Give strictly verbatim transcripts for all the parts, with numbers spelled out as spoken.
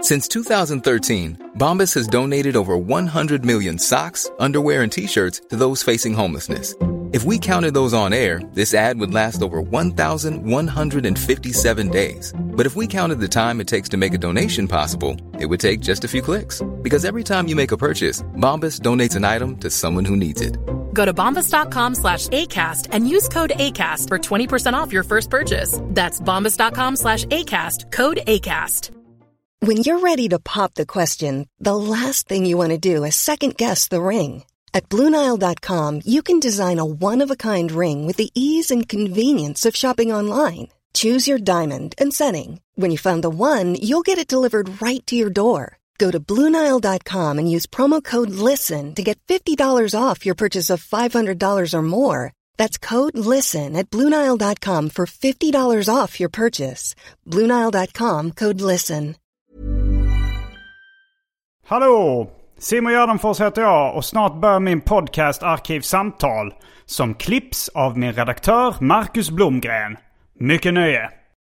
Since two thousand thirteen, Bombas has donated over one hundred million socks, underwear, and T-shirts to those facing homelessness. If we counted those on air, this ad would last over one thousand one hundred fifty-seven days. But if we counted the time it takes to make a donation possible, it would take just a few clicks. Because every time you make a purchase, Bombas donates an item to someone who needs it. Go to bombas.com slash ACAST and use code ACAST for twenty percent off your first purchase. That's bombas.com slash ACAST, code ACAST. When you're ready to pop the question, the last thing you want to do is second-guess the ring. At Blue Nile dot com, you can design a one-of-a-kind ring with the ease and convenience of shopping online. Choose your diamond and setting. When you find the one, you'll get it delivered right to your door. Go to Blue Nile dot com and use promo code LISTEN to get fifty dollars off your purchase of five hundred dollars or more. That's code LISTEN at Blue Nile dot com for fifty dollars off your purchase. Blue Nile dot com, code LISTEN. Hallå! Simon Gärdenfors heter jag och snart börjar min podcast Arkivsamtal som klipps av min redaktör Marcus Blomgren. Mycket nöje!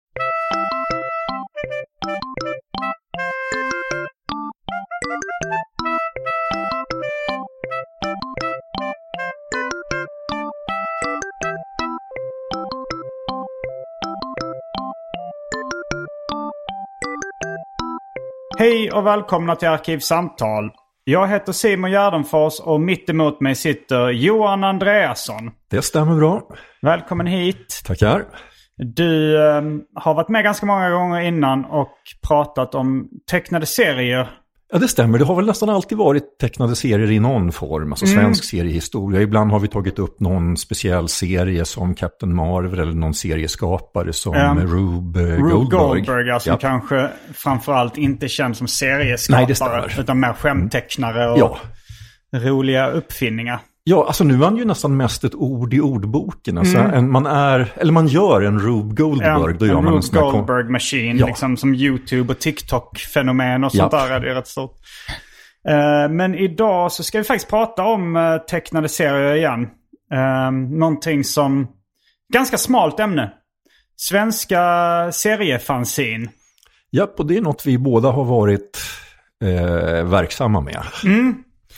Hej och välkomna till Arkivsamtal. Jag heter Simon Gärdenfors och mitt emot mig sitter Johan Andreasson. Det stämmer bra. Välkommen hit. Tackar. Du eh, har varit med ganska många gånger innan och pratat om tecknade serier. Ja, det stämmer. Det har väl nästan alltid varit tecknade serier i någon form. Alltså svensk mm. seriehistoria. Ibland har vi tagit upp någon speciell serie som Captain Marvel eller någon serieskapare som um, Rube, Rube Goldberg. Goldberg, alltså ja. Kanske framförallt inte känd som serieskapare. Nej, utan mer skämttecknare och ja. roliga uppfinningar. Ja, alltså nu är han ju nästan mest ett ord i ordboken. Alltså mm. en, man är, eller man gör en Rube Goldberg. En, då gör en man Rube en sån Goldberg machine, ja. liksom som YouTube och TikTok-fenomen och sånt ja. där är det rätt stort. Uh, men idag så ska vi faktiskt prata om uh, tecknade serier igen. Uh, någonting som, ganska smalt ämne. Svenska seriefanzin. Ja, och det är något vi båda har varit uh, verksamma med. Mm.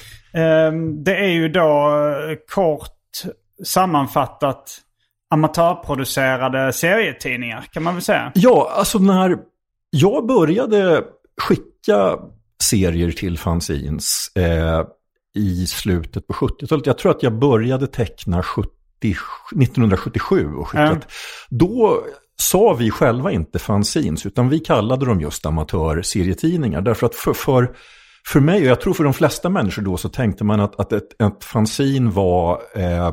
Det är ju då kort sammanfattat amatörproducerade serietidningar kan man väl säga. Ja, alltså när jag började skicka serier till fanzines eh, i slutet på sjuttiotalet. Jag tror att jag började teckna sjuttio, nittonhundrasjuttiosju och skickat. Mm. Då sa vi själva inte fanzines utan vi kallade dem just amatörserietidningar. Därför att för... för För mig, och jag tror för de flesta människor då, så tänkte man att, att ett, ett fanzine var eh,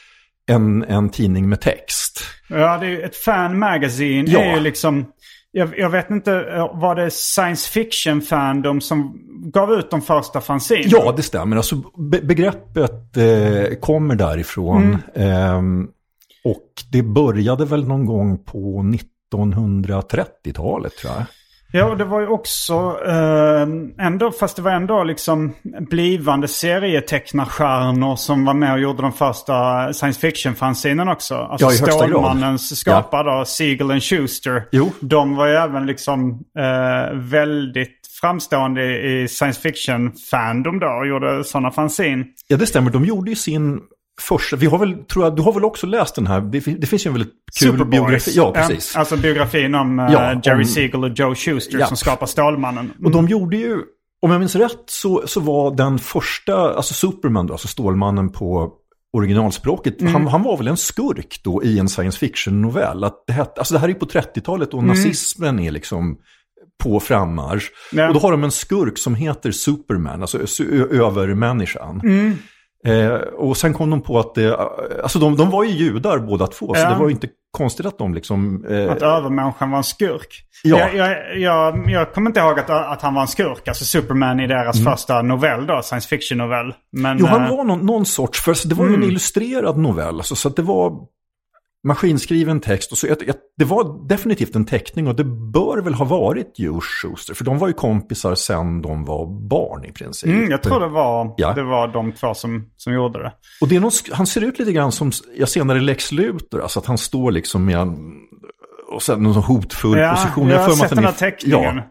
en, en tidning med text. Ja, det är ju ett fan magazine. Ja. Är ju liksom, jag, jag vet inte, var det science fiction fandom som gav ut de första fanzine? Ja, det stämmer. Alltså be- begreppet eh, kommer därifrån. Mm. Eh, och det började väl någon gång på nittonhundratrettiotalet tror jag. Ja, och det var ju också eh, ändå, fast det var ändå liksom blivande serietecknarstjärnor som var med och gjorde de första science fiction-fanzinen också. Alltså ja, Stålmannens skapare ja. då, Siegel and Schuster. Jo. De var ju även liksom eh, väldigt framstående i science fiction-fandom då och gjorde sådana fanzin. Ja, det stämmer. De gjorde ju sin... Första, vi har väl, tror jag, du har väl också läst den här, det, det finns ju en väldigt kul Superboys. biografi. Ja, precis. Ja, alltså biografin om uh, ja, Jerry om, Siegel och Joe Schuster ja. som skapar Stålmannen. Mm. Och de gjorde ju, om jag minns rätt, så, så var den första, alltså Superman då, alltså Stålmannen på originalspråket, mm. han, han var väl en skurk då i en science fiction-novell. Att det, hette, alltså det här är ju på trettiotalet och mm. nazismen är liksom på frammarsch. Ja. Och då har de en skurk som heter Superman, alltså ö- övermänniskan. Mm. Eh, och sen kom de på att det, alltså de, de var ju judar båda två, ja. så det var ju inte konstigt att de liksom... Eh, att övermänniskan var en skurk. Ja. Jag, jag, jag, jag kommer inte ihåg att, att han var en skurk, alltså Superman i deras mm. första novell då, science fiction-novell. Men, jo, han var någon, någon sorts, för det var ju mm. en illustrerad novell, alltså, så att det var maskinskriven text. Och så, ett, ett, det var definitivt en teckning och det bör väl ha varit Joe Shuster. För de var ju kompisar sen de var barn i princip. Mm, jag tror det var, ja. det var de två som, som gjorde det. Och det är någon, han ser ut lite grann som jag senare Lex Luthor. Alltså att han står liksom med en, och sen någon hotfull ja, position. Jag har jag sett den här teckningen. Ja.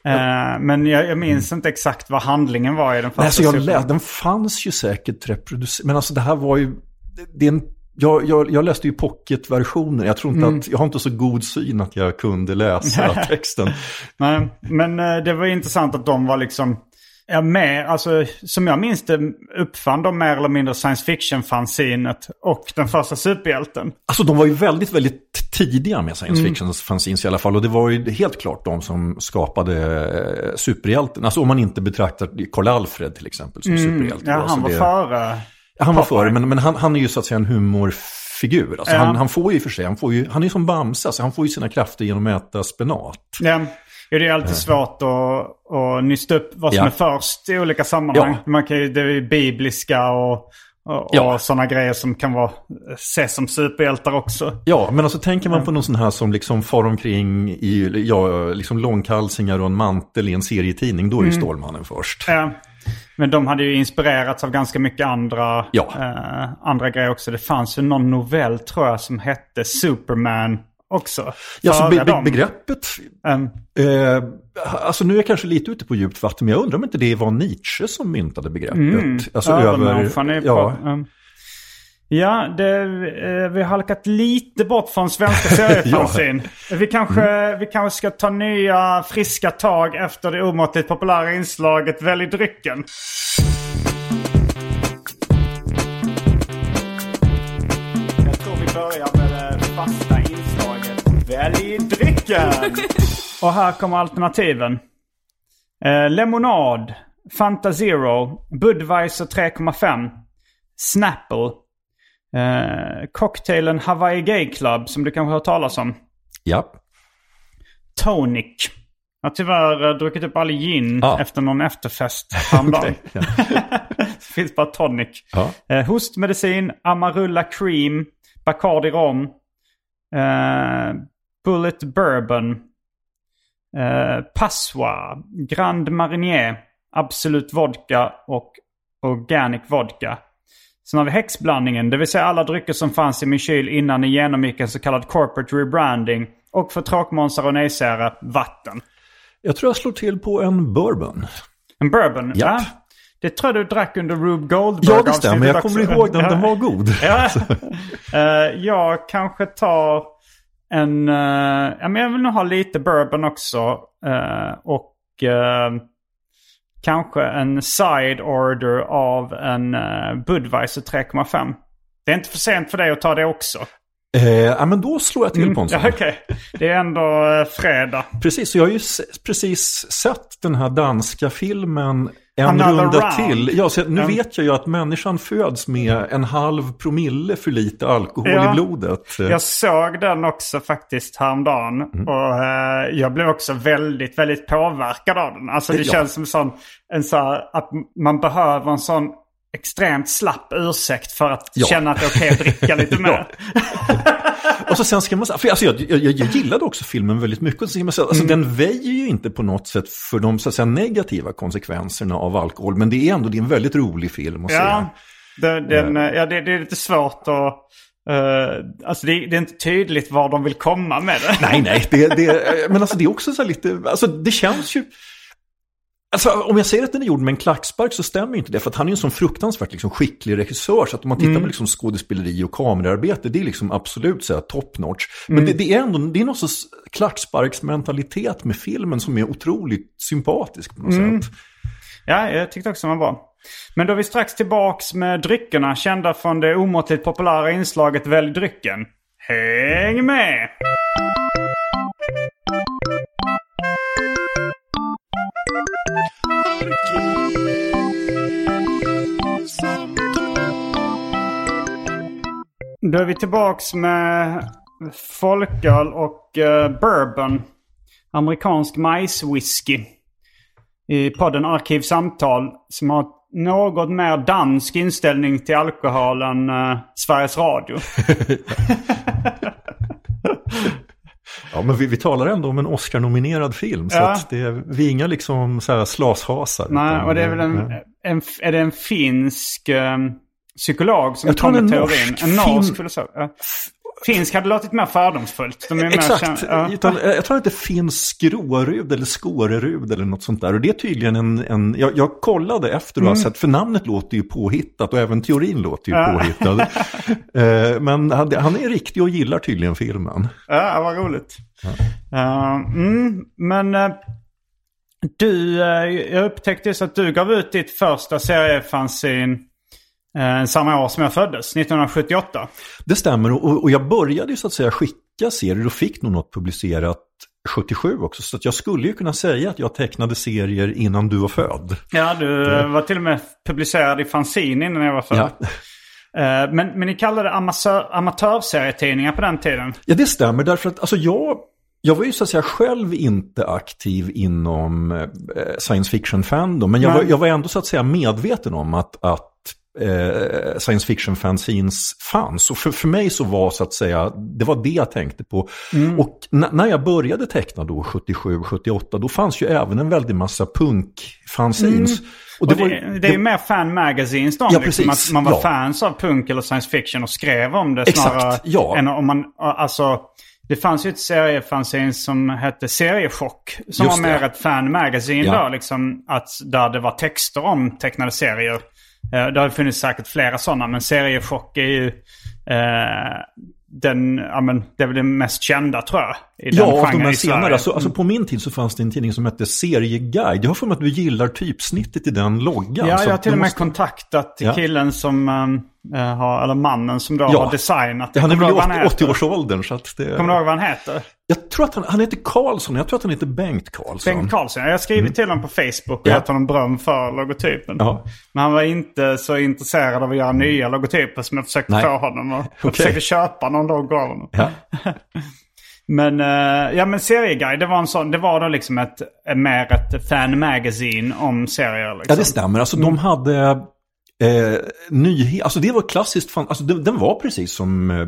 Uh, men jag, jag minns mm. inte exakt vad handlingen var i den första. Nej, så jag lä- den fanns ju säkert reproducerad. Men alltså det här var ju... Det är en, jag, jag, jag läste ju pocketversioner. Jag tror inte mm. att... Jag har inte så god syn att jag kunde läsa texten. Nej, men uh, det var intressant att de var liksom... Ja, med, alltså, som jag minns det uppfann de mer eller mindre science fiction-fanzinet och den första superhjälten. Alltså de var ju väldigt, väldigt tidiga med science fiction-fanzines i alla fall. Och det var ju helt klart de som skapade superhjälten. Alltså om man inte betraktar Karl Alfred till exempel som mm. superhjälte. Ja, han alltså, var det... före. Ja, han var före, men, men han, han är ju så att säga en humorfigur. Alltså, ja. han, han får ju för sig, han, får ju, han är ju som Bamse, alltså, han får ju sina krafter genom att äta spenat. Ja. Ja, det är alltid svårt att, att nysta upp vad som ja. är först i olika sammanhang. Ja. Man kan ju, det är bibliska och, och, ja. och sådana grejer som kan vara, ses som superhjältar också. Ja, men alltså tänker man på någon sån här som liksom far omkring i ja, liksom långkalsingar och en mantel i en serietidning, då är ju mm. Stålmannen först. Ja, men de hade ju inspirerats av ganska mycket andra, ja. eh, andra grejer också. Det fanns ju någon novell tror jag som hette Superman också. Ja, så be- be- begreppet... Um, eh, alltså nu är jag kanske lite ute på djupt vatten, men jag undrar om inte det var Nietzsche som myntade begreppet. Mm, alltså över... Ja, på, um, ja det, eh, vi har halkat lite bort från svenska seriefanzin. ja. Vi kanske mm. vi kanske ska ta nya friska tag efter det omåttligt populära inslaget Välj drycken. Jag tror vi börjar med det fasta inslaget Välj drycken. Och här kommer alternativen. Eh, lemonad, Fanta Zero, Budweiser tre komma fem, Snapple, eh, cocktailen Hawaii Gay Club som du kanske har hört talas om. Ja. Tonic. Jag har tyvärr eh, druckit upp all gin ah. efter någon efterfest häromdagen. okay, ja. Det finns bara tonic. Ah. Eh, hostmedicin, Amarula Cream, Bacardi Rom, eh, Bullet Bourbon, eh, Passoir, Grand Marnier, Absolut Vodka och Organic Vodka. Sen har vi häxblandningen, det vill säga alla drycker som fanns i min kyl innan ni genomgick en så kallad corporate rebranding. Och för tråkmånsar och nejsära, vatten. Jag tror jag slår till på en bourbon. En bourbon? Ja. ja. Det tror jag du drack under Rube Goldberg. Ja, det stämmer. Jag kommer ihåg den. Den var god. Ja. uh, jag kanske tar en... Uh, ja, men jag vill nog ha lite bourbon också. Uh, och uh, kanske en side order av en uh, Budweiser tre komma fem. Det är inte för sent för dig att ta det också. Eh, ja, men då slår jag till på en sån. Mm, Okej, okay. Det är ändå uh, fredag. Precis, så jag har ju s- precis sett den här danska filmen En Another runda round. till. Ja, så nu mm. vet jag ju att människan föds med en halv promille för lite alkohol ja, i blodet. Jag såg den också faktiskt häromdagen. Mm. Och uh, jag blev också väldigt, väldigt påverkad av den. Alltså det ja. känns som sån, en så här, att man behöver en sån extremt slapp ursäkt för att ja. känna att det är okej att dricka lite mer. Och så sen ska man säga, för alltså jag, jag, jag gillade också filmen väldigt mycket. Och så ska man säga, alltså mm. den väjer ju inte på något sätt för de så att säga, negativa konsekvenserna av alkohol. Men det är ändå det är en väldigt rolig film att ja, se. Det, den, uh. ja, det, det är lite svårt att... Uh, alltså det, det är inte tydligt var de vill komma med det. Nej, nej. Det, det, men alltså det är också så här lite... Alltså det känns ju... Alltså, om jag säger att den är gjord med en klackspark så stämmer ju inte det. För att han är ju en sån fruktansvärt liksom, skicklig regissör. Så att om man tittar mm. på liksom, skådespeleri och kamerarbete, det är liksom absolut så här, top notch. Men mm. det, det är ändå det är någon sorts klacksparksmentalitet med filmen som är otroligt sympatisk på något mm. sätt. Ja, jag tyckte också den var bra. Men då är vi strax tillbaks med dryckerna kända från det omåttligt populära inslaget Välj drycken. Häng med! Då är vi tillbaks med folköl och uh, bourbon. Amerikansk majswhisky. I podden Arkivsamtal som har något mer dansk inställning till alkohol än uh, Sveriges Radio. Ja, men vi, vi talar ändå om en Oscar-nominerad film. Så ja. att det, vi är inga liksom så här slashasar. Nej, och det är väl en, en, är det en finsk um, psykolog som kom med teorin? En norsk filosof? Ja. Finsk hade låtit mer fördomsfullt. De är Exakt. mer känd, ja. Utan, jag tror att det finns Skrårud eller Skårerud eller något sånt där. Och det är tydligen en... en jag, jag kollade efter och har sett, för namnet låter ju påhittat och även teorin låter ju ja. påhittad. uh, men han, han är riktig och gillar tydligen filmen. Ja, vad roligt. Ja. Uh, mm, men... Uh, Du, jag upptäckte så att du gav ut ditt första seriefanzine eh, samma år som jag föddes, nittonhundrasjuttioåtta. Det stämmer, och, och jag började ju så att säga skicka serier och fick nog något publicerat sjuttiosju också. Så att jag skulle ju kunna säga att jag tecknade serier innan du var född. Ja, du det. var till och med publicerad i fanzine innan jag var född. Ja. Eh, men, men ni kallade det amatör, amatörserietidningar på den tiden? Ja, det stämmer, därför att alltså jag... Jag var ju så att säga själv inte aktiv inom eh, science fiction fandom, men jag var, jag var ändå så att säga medveten om att, att eh, science fiction fanzines fanns. Och för, för mig så var så att säga, det var det jag tänkte på. Mm. Och n- när jag började teckna då sjuttiosju sjuttioåtta, då fanns ju även en väldig massa punk-fanzines. Mm. Och det, och det, var, det är ju mer fan-magazines då, ja, liksom, att man var ja. fans av punk eller science fiction och skrev om det snarare. Exakt, ja. Än om man, alltså... Det fanns ju ett seriefanzine som hette Seriechock. Som Just var mer det. ett fan-magazine ja. då. Liksom, att, där det var texter om tecknade serier. Eh, det har funnits säkert flera sådana. Men Seriechock är ju... Eh, den, ja, men, det är väl det mest kända, tror jag. I ja, den av de här i senare. Alltså, alltså på min tid så fanns det en tidning som hette Serieguide. Jag har för mig att du gillar typsnittet i den loggan. Ja, så jag har till och med måste... kontaktat ja. killen som... Um, Uh, har, eller mannen som då ja. har designat det. Han är väl i åttio-årsåldern. Så att det... Kommer du ihåg vad han heter? Jag tror att han, han heter Karlsson. Jag tror att han heter Bengt Karlsson. Bengt Karlsson. Jag har skrivit mm. till honom på Facebook och ja. gett honom beröm för logotypen. Ja. Men han var inte så intresserad av att göra nya logotyper som jag försökte Nej. få honom. Och jag okay. försökte köpa någon dag av honom. Ja. men, uh, ja, men Serieguide, det var, en sån, det var då liksom ett, mer ett fan-magazine om serier. Liksom. Ja, det stämmer. Alltså mm. de hade... Eh, nyhet, alltså det var klassiskt fan, alltså det, den var precis som eh,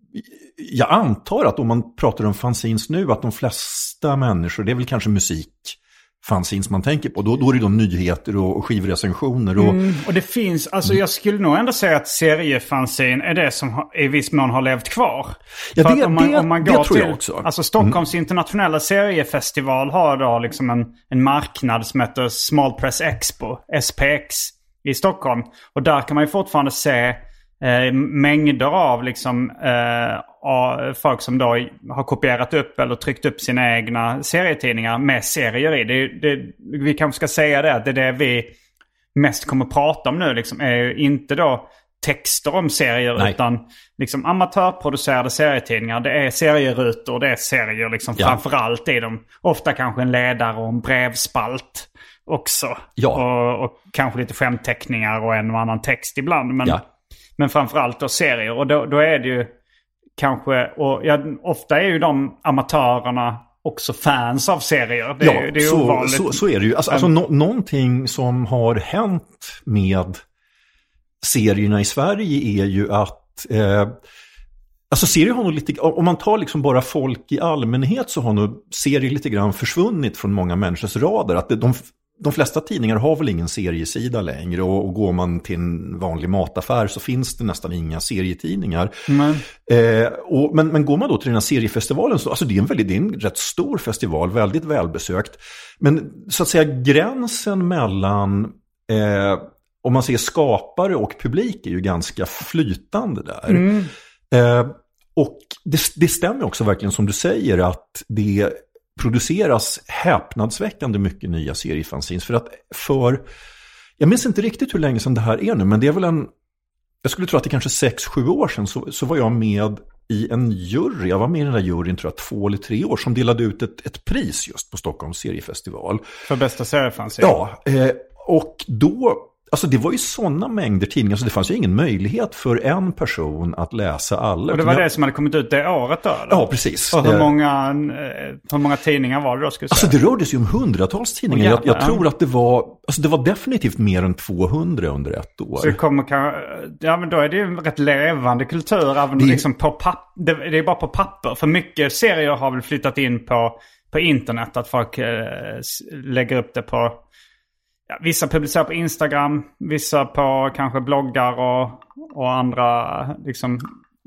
jag antar att om man pratar om fanzines nu, att de flesta människor, det är väl kanske musik fanzines man tänker på, då, då är det de nyheter och, och skivrecensioner och... Mm, och det finns, alltså jag skulle nog ändå säga att seriefanzine är det som har, i viss mån har levt kvar. Ja, det, om man, det, om man det går tror till, jag också. Alltså Stockholms mm. internationella seriefestival har då liksom en, en marknad som heter Small Press Expo, S P X, i Stockholm. Och där kan man ju fortfarande se eh, mängder av liksom, eh, av folk som då har kopierat upp eller tryckt upp sina egna serietidningar med serier i. Det, det, vi kanske ska säga det, att det är det vi mest kommer att prata om nu. Liksom, är ju inte då texter om serier. Nej. Utan liksom amatörproducerade serietidningar. Det är serierutor, det är serier liksom, ja. Framförallt i dem. Ofta kanske en ledare och en brevspalt också. Ja. Och, och kanske lite skämtteckningar och en och annan text ibland. Men, ja. men framförallt då serier. Och då, då är det ju kanske... Och ja, ofta är ju de amatörerna också fans av serier. Det, ja, är, det är så, ovanligt. Så, så är det ju. Alltså, alltså no, någonting som har hänt med serierna i Sverige är ju att... Eh, Alltså serier har nog lite, om man tar liksom bara folk i allmänhet, så har nog serier lite grann försvunnit från många människors radar. Att det, de, de flesta tidningar har väl ingen seriesida längre, och, och går man till en vanlig mataffär så finns det nästan inga serietidningar. Mm. Eh, och, men, men går man då till den här seriefestivalen, så alltså det är en väldigt, det är en rätt stor festival, väldigt välbesökt. Men så att säga gränsen mellan... Eh, om man ser skapare och publik är ju ganska flytande där. Mm. Eh, och det, det stämmer också verkligen som du säger, att det produceras häpnadsväckande mycket nya seriefanzines. För att för, jag minns inte riktigt hur länge sedan det här är nu, men det är väl en, jag skulle tro att det kanske sex, sju år sedan så, så var jag med i en jury. Jag var med i den där juryn, tror jag, två eller tre år, som delade ut ett, ett pris just på Stockholms seriefestival. För bästa seriefanzine. Ja, eh, och då... Alltså det var ju sådana mängder tidningar, så det fanns ju ingen möjlighet för en person att läsa alla. Och det var jag... det som hade kommit ut det året då? Eller? Ja, precis. Och hur många, hur många tidningar var det då, skulle jag säga? Alltså det rörde sig om hundratals tidningar. Jag, jag tror att det var, alltså det var definitivt mer än tvåhundra under ett år. Så det kommer, ja men då är det ju en rätt levande kultur, även det... liksom på papp, det, det är bara på papper. För mycket serier har väl flyttat in på, på internet, att folk eh, lägger upp det på... Ja, vissa publicerar på Instagram, vissa på kanske bloggar och, och andra liksom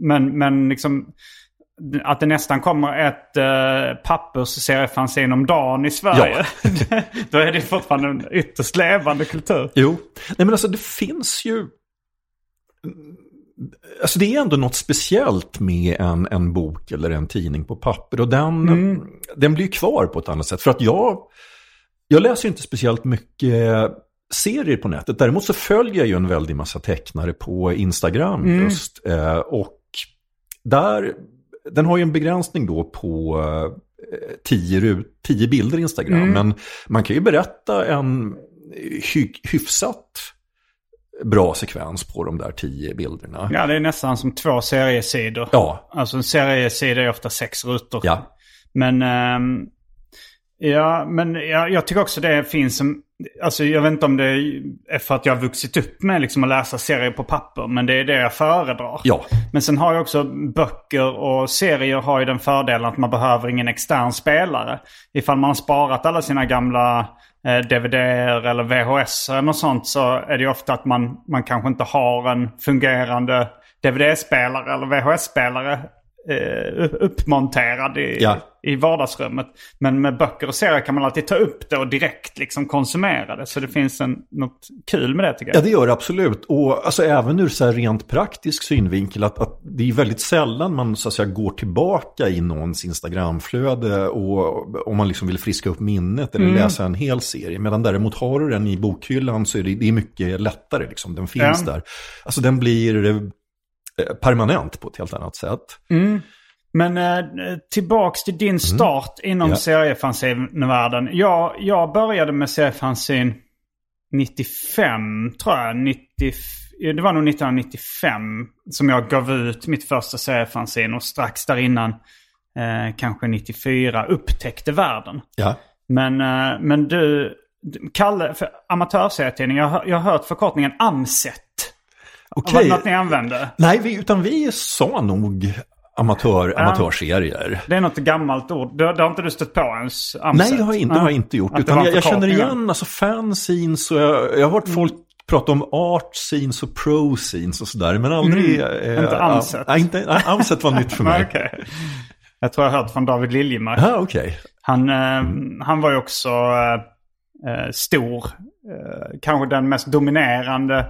Men, men liksom att det nästan kommer ett uh, pappersseriefanzine om dagen i Sverige. Ja. Då är det fortfarande en ytterst levande kultur. Jo, nej men alltså det finns ju... Alltså det är ändå något speciellt med en, en bok eller en tidning på papper. Och den, mm. den blir kvar på ett annat sätt. För att jag, jag läser inte speciellt mycket serier på nätet. Däremot så följer jag ju en väldig massa tecknare på Instagram mm. just. Eh, och där, den har ju en begränsning då på eh, tio, tio bilder i Instagram. Mm. Men man kan ju berätta en hy, hyfsat bra sekvens på de där tio bilderna. Ja, det är nästan som två seriesidor. Ja. Alltså en seriesida är ofta sex rutor. Ja. Men, ähm, ja, men jag, jag tycker också det finns som... Alltså jag vet inte om det är för att jag har vuxit upp med liksom att läsa serier på papper. Men det är det jag föredrar. Ja. Men sen har jag också böcker och serier har ju den fördelen att man behöver ingen extern spelare. Ifall man har sparat alla sina gamla D V D-er eller V H S eller något sånt, så är det ju ofta att man, man kanske inte har en fungerande D V D-spelare eller V H S-spelare eh, uppmonterad i, ja. i vardagsrummet. Men med böcker och serier kan man alltid ta upp det och direkt liksom konsumera det. Så det finns en, något kul med det tycker jag. Ja, det gör det absolut. Och alltså, även ur så här rent praktisk synvinkel att, att det är väldigt sällan man så att säga går tillbaka i någons Instagramflöde och om man liksom vill friska upp minnet eller mm. läsa en hel serie. Medan däremot har du den i bokhyllan så är det, det är mycket lättare liksom. Den finns ja. där. Alltså den blir eh, permanent på ett helt annat sätt. Mm. Men eh, tillbaks till din start mm. inom ja. seriefanzine-världen. Jag, jag började med seriefanzine nittiofem, tror jag. nittio, det var nog nittonhundranittiofem som jag gav ut mitt första seriefanzine. Och strax där innan, eh, kanske nittiofyra, upptäckte världen. Ja. Men, eh, men du, Kalle, för amatörserietidning, jag, jag har hört förkortningen AMSET. Okay. Var det något ni använde? Nej, vi, utan vi sa nog amatör, ja. amatörserier. Det är något gammalt ord. Det, det har inte du stött på ens? Amset. Nej, det har jag inte, ja. har jag inte gjort. Utan jag, jag känner igen alltså fanzines och jag, jag har hört folk prata om art scenes och pro scenes och sådär. Men aldrig... Mm. Eh, inte Amset. Nej, inte, nej, Amset var nytt för mig. Okay. Jag tror jag har hört från David Liljemark. Ja, okej. Okay. Han, eh, mm. han var ju också eh, stor. Eh, kanske den mest dominerande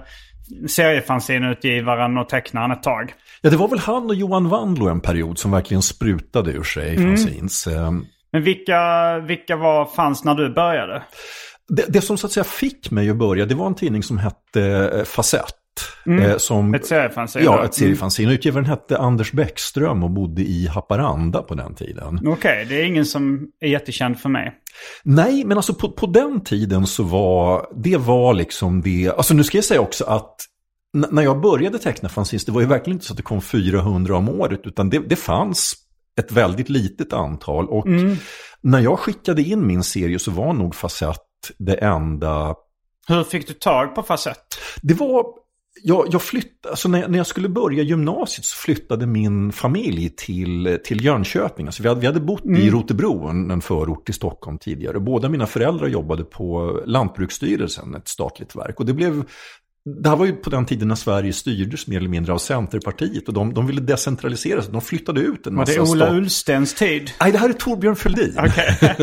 seriefanzinutgivaren och tecknaren ett tag. Ja, det var väl han och Johan Wandlo en period som verkligen sprutade ur sig mm. fanzines. Men vilka, vilka var fanns när du började? Det, det som så att säga fick mig att börja, det var en tidning som hette Facett. Mm. Eh, som, ett seriefanzine? Ja, ett seriefanzine. Mm. Utgivaren hette Anders Bäckström och bodde i Haparanda på den tiden. Okej, okay, det är ingen som är jättekänd för mig. Nej, men alltså på, på den tiden så var det var liksom det... Alltså nu ska jag säga också att n- när jag började teckna fanzines, det var ju verkligen inte så att det kom fyrahundra om året, utan det, det fanns ett väldigt litet antal. Och mm. när jag skickade in min serie så var nog Facett det enda... Hur fick du tag på Facett? Det var... Jag, jag flyttade, alltså när, när jag skulle börja gymnasiet så flyttade min familj till, till Jönköping. Alltså vi, hade, vi hade bott mm. i Rotebro, en, en förort i Stockholm tidigare. Båda mina föräldrar jobbade på Lantbruksstyrelsen, ett statligt verk. Och det blev... Det här var ju på den tiden när Sverige styrdes mer eller mindre av Centerpartiet. Och de, de ville decentralisera sig. De flyttade ut en massa... Var det Ola stat... Ullstens tid? Nej, det här är Torbjörn Fälldin. Okay.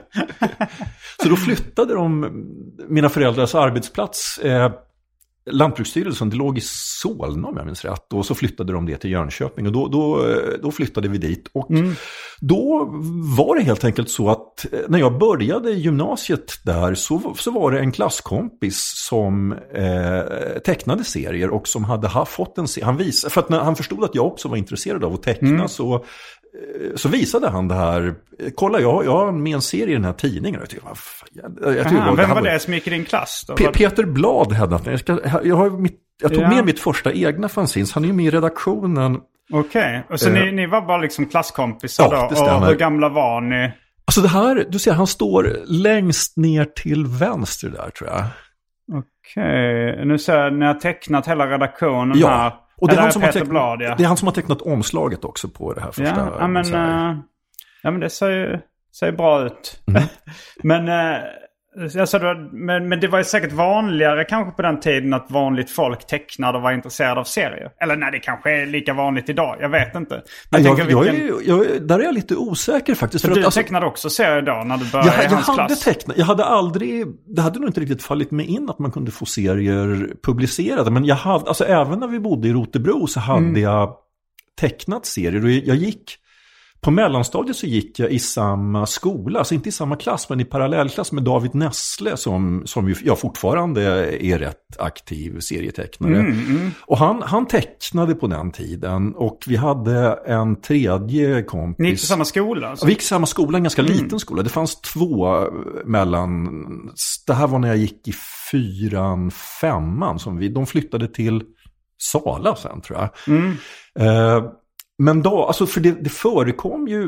Så då flyttade de mina föräldrars arbetsplats... Eh, Lantbruksstyrelsen, det låg i Solna om jag minns rätt. Och så flyttade de det till Jönköping. Och då, då, då flyttade vi dit. Och mm. då var det helt enkelt så att när jag började gymnasiet där så, så var det en klasskompis som eh, tecknade serier och som hade ha, fått en serie. Han vis, för att när han förstod att jag också var intresserad av att teckna mm. så... Så visade han det här. Kolla, jag, jag har med en serie i den här tidningen. Jag tyckte, jag, jag Aha, var, vem var det som gick i din klass då? P- Peter Blad hade jag, ska, jag, har mitt, jag tog ja. med mitt första egna fanzines. Han är ju med i redaktionen. Okej, okay. Och så uh, ni, ni var bara liksom klasskompisar ja, då? Det stämmer. Och hur gamla var ni? Alltså det här, du ser, han står längst ner till vänster där tror jag. Okej, okay. Nu ser jag, ni har tecknat hela redaktionen ja. här. Och det är, han som har Peter tecknat, Blad, ja. det är han som har tecknat omslaget också på det här första. Ja, ja, men, äh, ja men det ser ju ser bra ut. Mm. Men äh, Alltså, men, men det var ju säkert vanligare kanske på den tiden att vanligt folk tecknade och var intresserade av serier. Eller nej, det kanske är lika vanligt idag. Jag vet inte. Men jag, jag, jag, vilken... är, jag, där är jag lite osäker faktiskt. För, för du att, alltså, tecknade också serier då när du började jag, i hans jag hade klass? tecknat, jag hade aldrig, det hade nog inte riktigt fallit mig in att man kunde få serier publicerade. Men jag hade, alltså även när vi bodde i Rotebro så hade mm. jag tecknat serier. Och jag gick... På mellanstadiet så gick jag i samma skola, alltså inte i samma klass men i parallellklass med David Nessle som, som ju, jag fortfarande är rätt aktiv serietecknare. Mm, mm. Och han, han tecknade på den tiden och vi hade en tredje kompis. Ni gick i samma skola? Alltså. Vi gick i samma skola, en ganska mm. liten skola. Det fanns två mellan, det här var när jag gick i fyran, femman. Som vi, de flyttade till Sala sen tror jag. Mm. Uh, Men då, alltså för det, det förekom ju,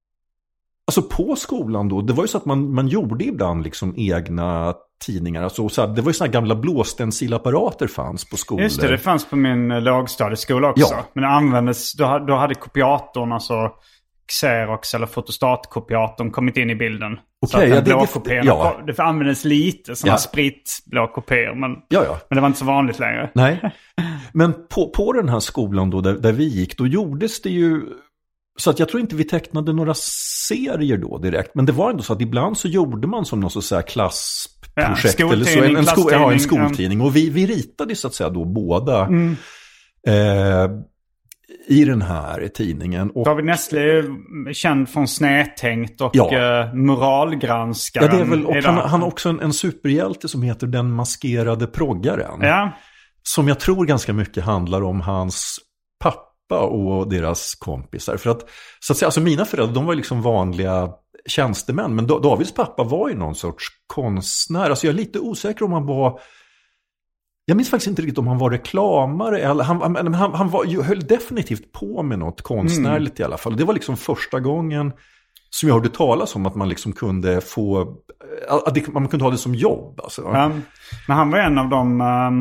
alltså på skolan då, det var ju så att man, man gjorde ibland liksom egna tidningar. Alltså så här, det var ju såna här gamla blåstensilapparater fanns på skolor. Just det, det fanns på min lågstadieskola också. Ja. Men det användes, då, då hade kopiatorn, alltså Xerox eller fotostatkopiatorn kommit in i bilden. Okej, okay, ja, det, det, ja. det användes lite sådana ja. spritblå kopior, men, ja, ja. men det var inte så vanligt längre. Nej, men på, på den här skolan då där, där vi gick, då gjordes det ju, så att jag tror inte vi tecknade några serier då direkt, men det var ändå så att ibland så gjorde man som någon så här klassprojekt ja, eller så, en, en, sko, ja, en skoltidning, och vi, vi ritade så att säga då båda mm. eh, i den här tidningen. Och David Nessle är känd från Snedtänkt och ja. uh, moralgranskaren. Ja, det är väl, och han, han har också en, en superhjälte som heter Den maskerade proggaren. Ja. Som jag tror ganska mycket handlar om hans pappa och deras kompisar. För att, så att säga, alltså mina föräldrar, de var liksom vanliga tjänstemän. Men Davids pappa var ju någon sorts konstnär. Alltså jag är lite osäker om han var... Jag minns faktiskt inte riktigt om han var reklamare eller han, han, han, han var, höll definitivt på med något konstnärligt mm. i alla fall. Det var liksom första gången som jag hörde talas om att man liksom kunde få, att man kunde ha det som jobb. Alltså. Ja, men han var en av de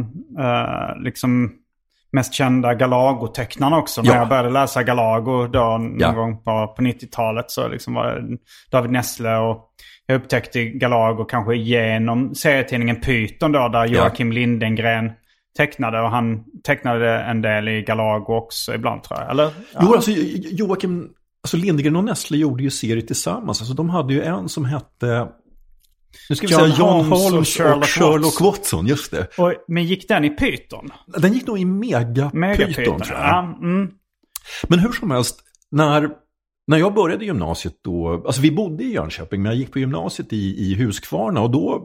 uh, liksom mest kända Galago-tecknarna också. När ja. jag började läsa Galago då någon ja. gång på, på nittiotalet så liksom var det David Nessle och jag upptäckte Galago kanske genom serietidningen Python då, där Joakim ja. Lindengren tecknade, och han tecknade en del i Galago också ibland tror jag, eller? Ja. Jo, alltså Joakim, alltså Lindengren och Nessle gjorde ju serier tillsammans. Alltså de hade ju en som hette, nu ska vi John säga John Holmes, Holmes och Sherlock, och Sherlock Watson. Watson, just det. Och, men gick den i Python? Den gick nog i Mega, Mega Python, Python tror jag. Ja, mm. Men hur som helst, när... När jag började gymnasiet då, alltså vi bodde i Jönköping men jag gick på gymnasiet i, i Huskvarna, och då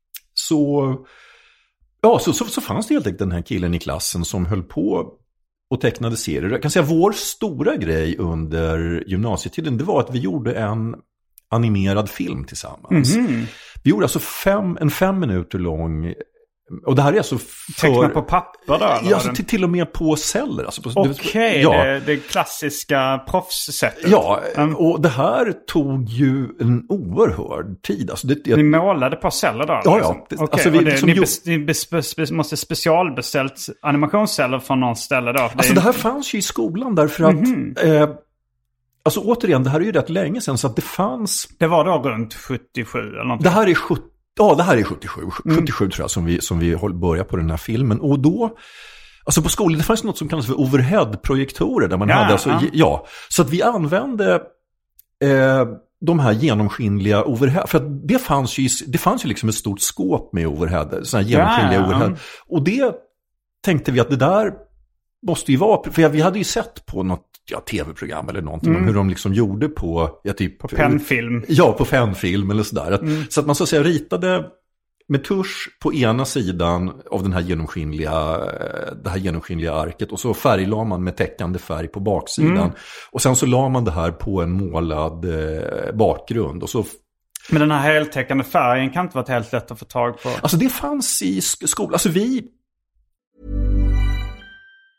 så, ja, så, så, så fanns det helt enkelt den här killen i klassen som höll på och tecknade serier. Jag kan säga vår stora grej under gymnasietiden, det var att vi gjorde en animerad film tillsammans. Mm-hmm. Vi gjorde alltså fem, en fem minuter lång. Och det här är alltså för... Teckna på papper då? Ja, alltså till, till och med på celler. Alltså Okej, okay, ja. det, det klassiska proffssättet. Ja, mm. och det här tog ju en oerhörd tid. Alltså det, jag... Ni målade på celler då? Ja, ja. Okay. Alltså, vi, det, liksom, ni bes, ni bes, bes, bes, måste specialbeställt animationsceller från någon ställe då? Det alltså är... det här fanns ju i skolan därför att... Mm-hmm. Eh, alltså återigen, det här är ju rätt länge sedan så att det fanns... Det var då runt sjuttiosju eller något? Det här är sjutton. Ja, det här är sjuttiosju. sjuttiosju mm. tror jag som vi, som vi börjar på den här filmen. Och då, alltså på skolan, det fanns något som kallas för overhead-projektorer. Där man ja, hade, alltså, ja. ja. Så att vi använde eh, de här genomskinliga overhead. För att det fanns ju, det fanns ju liksom ett stort skåp med overhead. Sådana här genomskinliga ja, overhead. Mm. Och det tänkte vi att det där måste ju vara, för vi hade ju sett på något ja, tv-program eller någonting mm. om hur de liksom gjorde på ja, typ, på pennfilm. Ja, på pennfilm eller sådär. Mm. Så att man så att säga ritade med tusch på ena sidan av den här genomskinliga, det här genomskinliga arket, och så färglade man med täckande färg på baksidan. Mm. Och sen så la man det här på en målad eh, bakgrund. Och så... Men den här heltäckande färgen kan inte vara helt lätt att få tag på. Alltså det fanns i skolan. Alltså vi...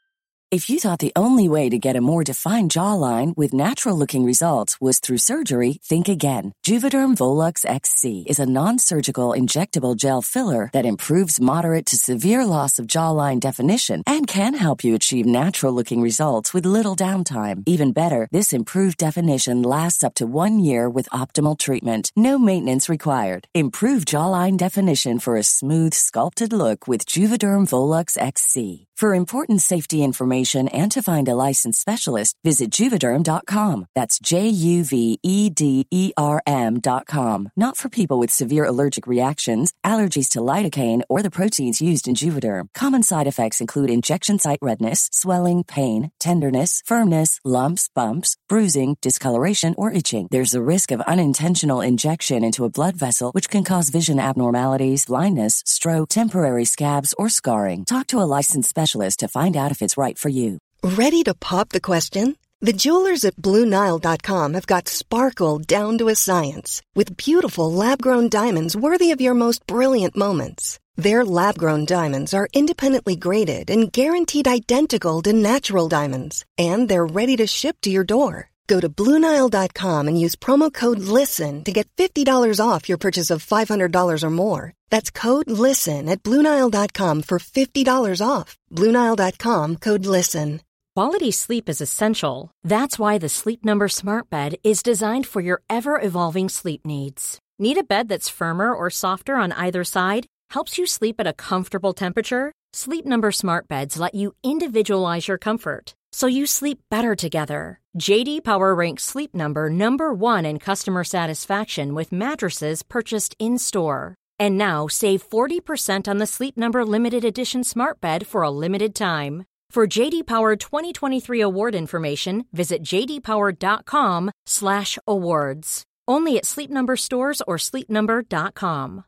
If you thought the only way to get a more defined jawline with natural-looking results was through surgery, think again. Juvederm Volux X C is a non-surgical injectable gel filler that improves moderate to severe loss of jawline definition and can help you achieve natural-looking results with little downtime. Even better, this improved definition lasts up to one year with optimal treatment. No maintenance required. Improve jawline definition for a smooth, sculpted look with Juvederm Volux X C. For important safety information and to find a licensed specialist, visit Juvederm dot com. That's J U V E D E R M dot com. Not for people with severe allergic reactions, allergies to lidocaine, or the proteins used in Juvederm. Common side effects include injection site redness, swelling, pain, tenderness, firmness, lumps, bumps, bruising, discoloration, or itching. There's a risk of unintentional injection into a blood vessel, which can cause vision abnormalities, blindness, stroke, temporary scabs, or scarring. Talk to a licensed specialist to find out if it's right for you. Ready to pop the question? The jewelers at Blue Nile dot com have got sparkle down to a science with beautiful lab-grown diamonds worthy of your most brilliant moments. Their lab-grown diamonds are independently graded and guaranteed identical to natural diamonds, and they're ready to ship to your door. Go to Blue Nile dot com and use promo code LISTEN to get fifty dollars off your purchase of five hundred dollars or more. That's code LISTEN at Blue Nile dot com for fifty dollars off. Blue Nile dot com, code LISTEN. Quality sleep is essential. That's why the Sleep Number Smart Bed is designed for your ever-evolving sleep needs. Need a bed that's firmer or softer on either side? Helps you sleep at a comfortable temperature? Sleep Number Smart Beds let you individualize your comfort, so you sleep better together. J D Power ranks Sleep Number number one in customer satisfaction with mattresses purchased in-store. And now save forty percent on the Sleep Number Limited Edition Smart Bed for a limited time. For J D Power twenty twenty-three award information, visit j d power dot com slash awards. Only at Sleep Number stores or sleep number dot com.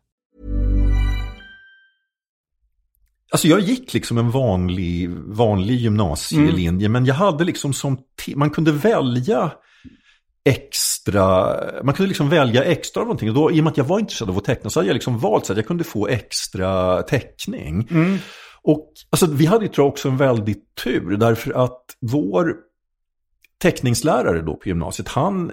Alltså jag gick liksom en vanlig, vanlig gymnasielinje, mm. men jag hade liksom som te- man kunde välja extra, man kunde liksom välja extra av någonting. Och då, i och med att jag var intresserad av att teckna, så hade jag liksom valt så att jag kunde få extra teckning. Mm. Och alltså, vi hade ju tror jag också en väldigt tur, därför att vår teckningslärare då på gymnasiet, han,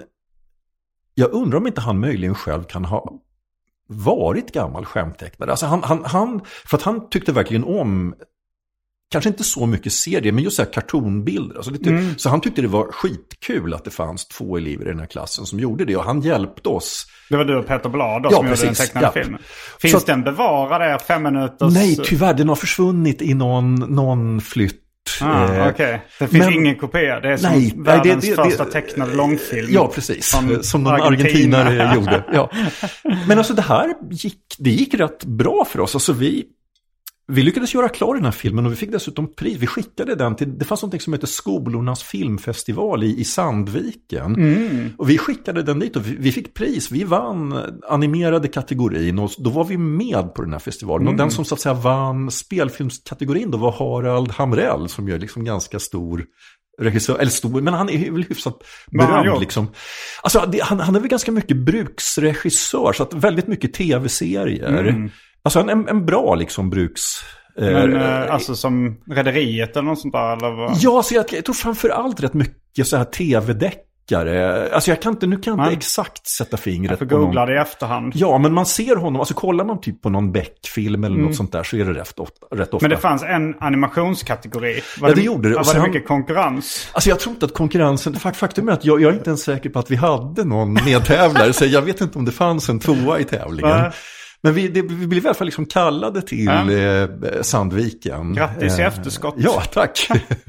jag undrar om inte han möjligen själv kan ha varit gammal skämttecknare. Alltså han, han, han, för att han tyckte verkligen om, kanske inte så mycket serier, men just så här kartonbilder. Alltså lite, mm. Så han tyckte det var skitkul att det fanns två elever i den här klassen som gjorde det. Och han hjälpte oss. Det var du och Peter Blad då, ja, som precis, gjorde den tecknade ja. filmen. Finns så, den bevarad där fem minuters... Nej, tyvärr. Den har försvunnit i någon, någon flytt. Ah, eh, okay. Det finns men, ingen kopia. Det är som nej, världens nej, det, det, första det, tecknade långfilm. Ja, precis. Som, som någon argentinare gjorde. Ja. Men alltså det här gick, det gick rätt bra för oss. Alltså vi... Vi lyckades göra klar den här filmen och vi fick dessutom pris. Vi skickade den till, det fanns något som heter Skolornas filmfestival i, i Sandviken. Mm. Och vi skickade den dit och vi, vi fick pris. Vi vann animerade kategorin och då var vi med på den här festivalen. Mm. Och den som så att säga vann spelfilmskategorin då var Harald Hamrell, som gör liksom ganska stor regissör, eller stor, men han är väl hyfsat berömd liksom. Alltså det, han, han är väl ganska mycket bruksregissör, så att väldigt mycket tv-serier. Mm. Alltså en, en bra liksom bruks... Men eh, alltså som Rederiet eller något sånt där? Eller vad? Ja, så jag, jag tror framförallt rätt mycket så här tv-deckare. Alltså jag kan inte, nu kan jag inte exakt sätta fingret på någon. Googla det i efterhand. Ja, men man ser honom, alltså kollar man typ på någon Beck-film eller mm. något sånt där, så är det rätt ofta. Rätt ofta. Men det fanns en animationskategori. Var ja, det, det gjorde det. Var sen, det mycket konkurrens? Alltså jag tror inte att konkurrensen, faktum är att jag, jag är inte ens säker på att vi hade någon medtävlare, så jag vet inte om det fanns en tvåa i tävlingen. Men vi, det, vi blev i alla fall liksom kallade till ja. eh, Sandviken. Grattis i efterskott. Ja, tack.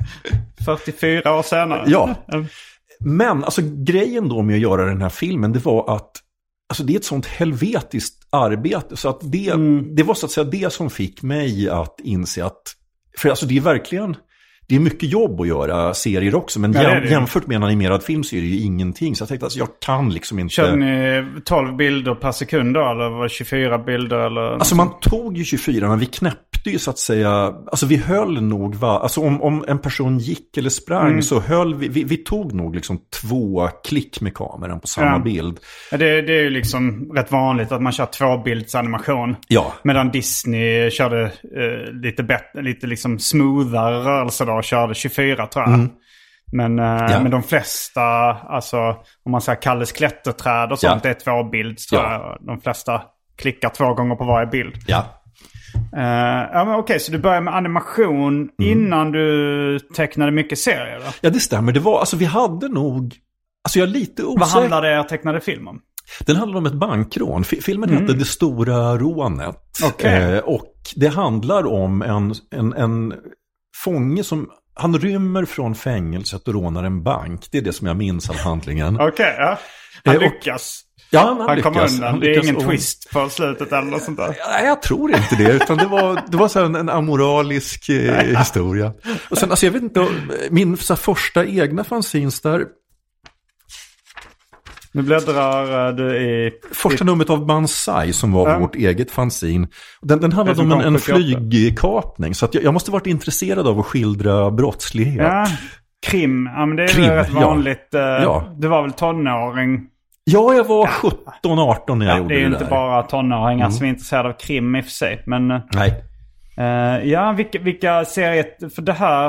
fyrtiofyra år senare. Ja. Men alltså grejen då med att göra den här filmen, det var att alltså, det är ett sånt helvetiskt arbete. Så att det, mm. det var så att säga det som fick mig att inse att, för alltså det är verkligen... Det är mycket jobb att göra serier också, men ja, jäm, jämfört med en animerad film så är det ju ingenting. Så jag tänkte att alltså, jag kan liksom inte... Kör ni tolv bilder per sekund då, eller var det tjugofyra bilder? Eller... Alltså man tog ju tjugofyra, men vi knäppte tyckte ju så att säga, alltså vi höll nog, va, alltså om, om en person gick eller sprang mm. så höll vi, vi, vi tog nog liksom två klick med kameran på samma ja. bild. Ja, det, det är ju liksom rätt vanligt att man kör tvåbildsanimation. Ja. Medan Disney körde eh, lite bättre, lite liksom smoothare rörelser då, körde tjugofyra tror jag. Mm. Men, eh, ja. men de flesta, alltså om man säger Kalles klätterträd och sånt, ja. det är tvåbild tror ja. jag. De flesta klickar två gånger på varje bild. Ja. Uh, ja, men okej, så du började med animation mm. innan du tecknade mycket serier då? Ja, det stämmer. Det var, alltså vi hade nog, alltså jag är lite osäker. Vad handlade er tecknade film om? Den handlade om ett bankrån. Filmen mm. hette Det stora rånet. Okay. Eh, och det handlar om en, en, en fånge som, han rymmer från fängelset och rånar en bank. Det är det som jag minns av handlingen. Okej, okay, ja. Han eh, lyckas. Ja, han, han, han kommer undan. Han det är ingen och... twist på slutet eller något sånt där. Nej, jag tror inte det. Utan det var, det var så en, en amoralisk eh, historia. Och sen, alltså jag vet inte, min så här, första egna fanzines där. Nu bläddrar du i... Första numret av Banzai som var ja. vårt eget fanzine. Den, den handlade om en, en flygkapning. Så att jag, jag måste varit intresserad av att skildra brottslighet. Ja, krim. Ja, men det är krim, rätt vanligt. Ja. Uh, ja. Det var väl tonåring... Ja, jag var sjutton arton när jag ja, gjorde det är ju det inte där. bara tonåringar mm. som är intresserade av krim i och för sig. Men, nej. Uh, ja, vilka, vilka serier... För det här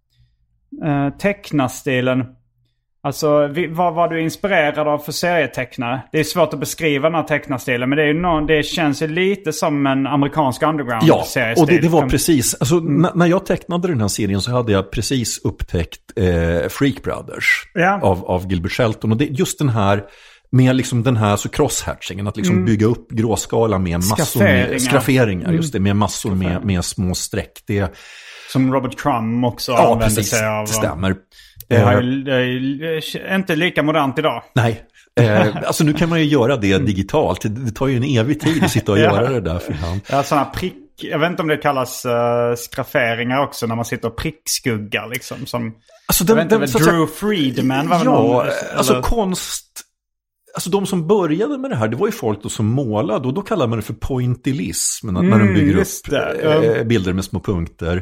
uh, tecknastilen... Alltså, vi, vad var du inspirerad av för serietecknare? Det är svårt att beskriva den här tecknastilen, men det, är ju någon, det känns ju lite som en amerikansk underground-seriestil. Ja, och det, det var precis... Alltså, mm. n- när jag tecknade den här serien så hade jag precis upptäckt eh, Freak Brothers ja. av, av Gilbert Shelton. Och det, just den här... Med liksom den här så crosshatchingen, att liksom mm. bygga upp gråskala med massor med skrafferingar, just det, med massor med, med små streck. Det... Som Robert Crumb också ja, använder precis, sig av. Det stämmer. Det är, det är inte lika modernt idag. Nej, eh, alltså nu kan man ju göra det digitalt. Det tar ju en evig tid att sitta och ja. göra det där för hand. Ja, sådana prick, jag vet inte om det kallas uh, skrafferingar också, när man sitter och prickskuggar liksom. Som, alltså den, jag vet inte, den, Drew så, Friedman var väl ja, någon, alltså eller? konst... Alltså de som började med det här, det var ju folk då som målade, och då kallar man det för pointillism, när, mm, när de bygger upp äh, bilder med små punkter.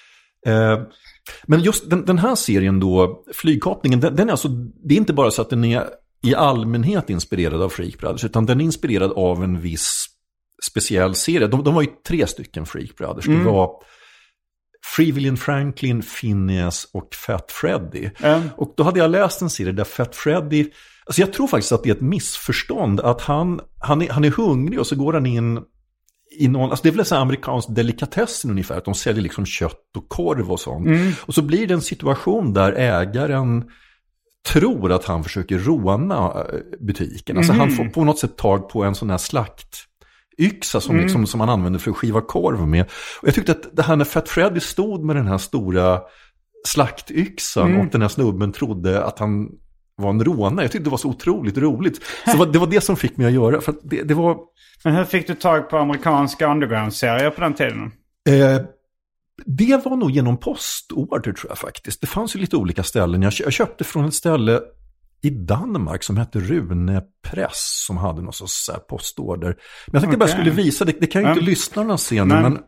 Eh, men just den, den här serien då, flygkapningen, den, den är alltså, det är inte bara så att den är i allmänhet inspirerad av Freak Brothers, utan den är inspirerad av en viss speciell serie. De, de var ju tre stycken Freak Brothers. Mm. Det var Free William Franklin, Phineas och Fat Freddy. Mm. Och då hade jag läst en serie där Fat Freddy... Alltså jag tror faktiskt att det är ett missförstånd att han, han, är, han är hungrig och så går han in i någon... Alltså det är väl en amerikansk delikatessen ungefär, att de säljer liksom kött och korv och sånt. Mm. Och så blir det en situation där ägaren tror att han försöker råna butiken. Alltså mm. han får på något sätt tag på en sån här slaktyxa som, mm. liksom, som han använder för att skiva korv med. Och jag tyckte att det här när Fat Freddy stod med den här stora slaktyxan mm. och den här snubben trodde att han var en rånare. Jag tyckte det var så otroligt roligt. Så det var det, var det som fick mig att göra. För att det, det var... Men hur fick du tag på amerikanska underground-serier på den tiden? Eh, det var nog genom postorder tror jag faktiskt. Det fanns ju lite olika ställen. Jag, jag köpte från ett ställe i Danmark som hette Rune Press, som hade någon sorts så här postorder. Men jag tänkte okay. bara skulle visa, det, det kan ju inte mm. lyssnarna se nu, men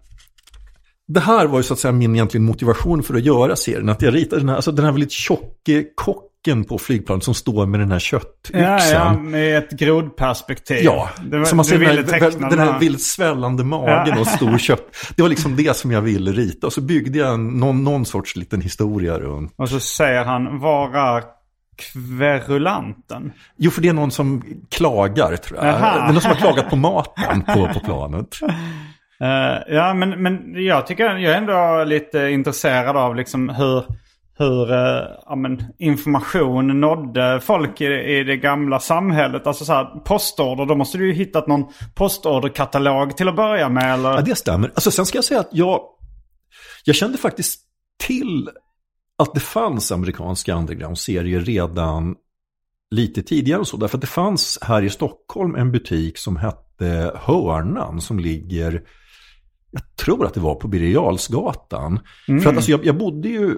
det här var ju så att säga min egentligen motivation för att göra serien. Att jag ritade den här, alltså den här väldigt tjocka kocken på flygplanet som står med den här köttyxan. Ja, ja, med ett grodperspektiv. Ja, det var, så man ser den här, den här här vilt svällande magen ja. och stor kött. Det var liksom det som jag ville rita. Och så byggde jag någon, någon sorts liten historia runt. Och så säger han, var är kverulanten? Jo, för det är någon som klagar tror jag. Aha. Det är någon som har klagat på maten på, på planet. Uh, ja, men, men jag tycker jag är ändå lite intresserad av liksom hur, hur uh, ja, men, information nådde folk i, i det gamla samhället. Alltså så här, postorder, då måste du ju hittat någon postorderkatalog till att börja med. Eller? Ja, det stämmer. Alltså, sen ska jag säga att jag, jag kände faktiskt till att det fanns amerikanska underground-serier redan lite tidigare och så. Därför att det fanns här i Stockholm en butik som hette Hörnan som ligger... Jag tror att det var på Birger Jarlsgatan. Mm. För att alltså, jag, jag bodde ju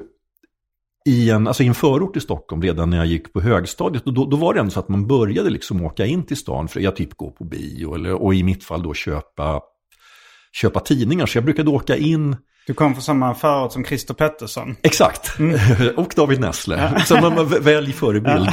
i en, alltså, i en förort i Stockholm redan när jag gick på högstadiet. Och då, då var det ändå så att man började liksom åka in till stan för att jag typ gå på bio. Eller, och i mitt fall då köpa, köpa tidningar. Så jag brukade åka in... Du kom från samma förut som Christer Pettersson. Exakt. Mm. Och David Nessle. Så man var välj förebild.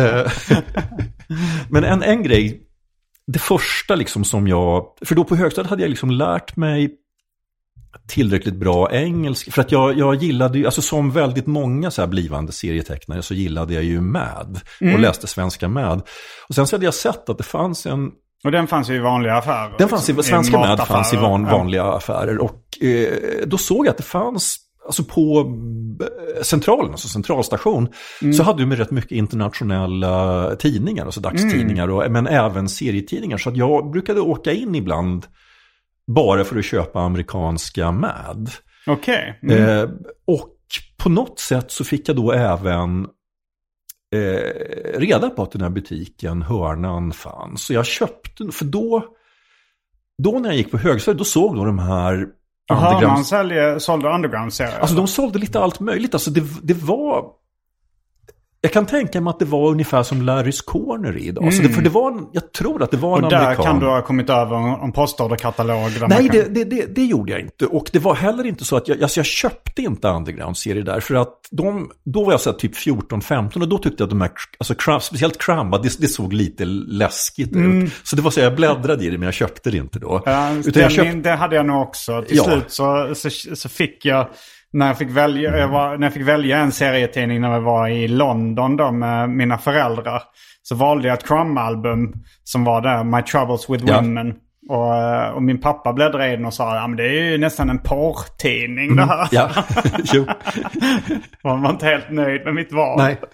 Men en, en grej, det första liksom som jag... För då på högstadiet hade jag liksom lärt mig tillräckligt bra engelska. För att jag, jag gillade ju, alltså som väldigt många så här blivande serietecknare så gillade jag ju Mad. Mm. Och läste svenska Mad. Och sen så hade jag sett att det fanns en... Och den fanns ju i vanliga affärer. Den fanns i, svenska Mad fanns i van, vanliga affärer. Och eh, då såg jag att det fanns, alltså på centralen, alltså centralstation, mm. så hade de rätt mycket internationella tidningar, alltså dagstidningar, mm. och, men även serietidningar. Så att jag brukade åka in ibland bara för att köpa amerikanska Mad. Okej. Okay. Mm. Eh, och på något sätt så fick jag då även eh, reda på att den här butiken, Hörnan, fanns. Så jag köpte, för då, då när jag gick på högstadiet, då såg då de här... Jaha, man säljer, sålde underground-serier? Alltså de sålde lite allt möjligt. Alltså det, det var... Jag kan tänka mig att det var ungefär som Larry's Corner idag. Mm. Så det, för det var, jag tror att det var en och amerikan. Och där kan du ha kommit över en postorderkatalog? Nej, kan... det, det, det, det gjorde jag inte. Och det var heller inte så att jag, alltså jag köpte inte underground-serier där. För att de, då var jag så här typ fjorton femton och då tyckte jag att de här, alltså Crumb, speciellt Crumb, det, det såg lite läskigt mm. ut. Så det var så jag bläddrade i det, men jag köpte det inte då. Ja, Utan det, jag köpte... det hade jag nog också. Till ja. slut så, så, så fick jag... När jag, fick välja, jag var, när jag fick välja en serietidning när jag var i London då med mina föräldrar, så valde jag ett Crumb-album som var där, My Troubles with ja. Women. Och, och min pappa bläddrade i den och sa, ja men det är ju nästan en porrtidning mm. det här. Ja, jo. Man var inte helt nöjd med mitt val. Nej.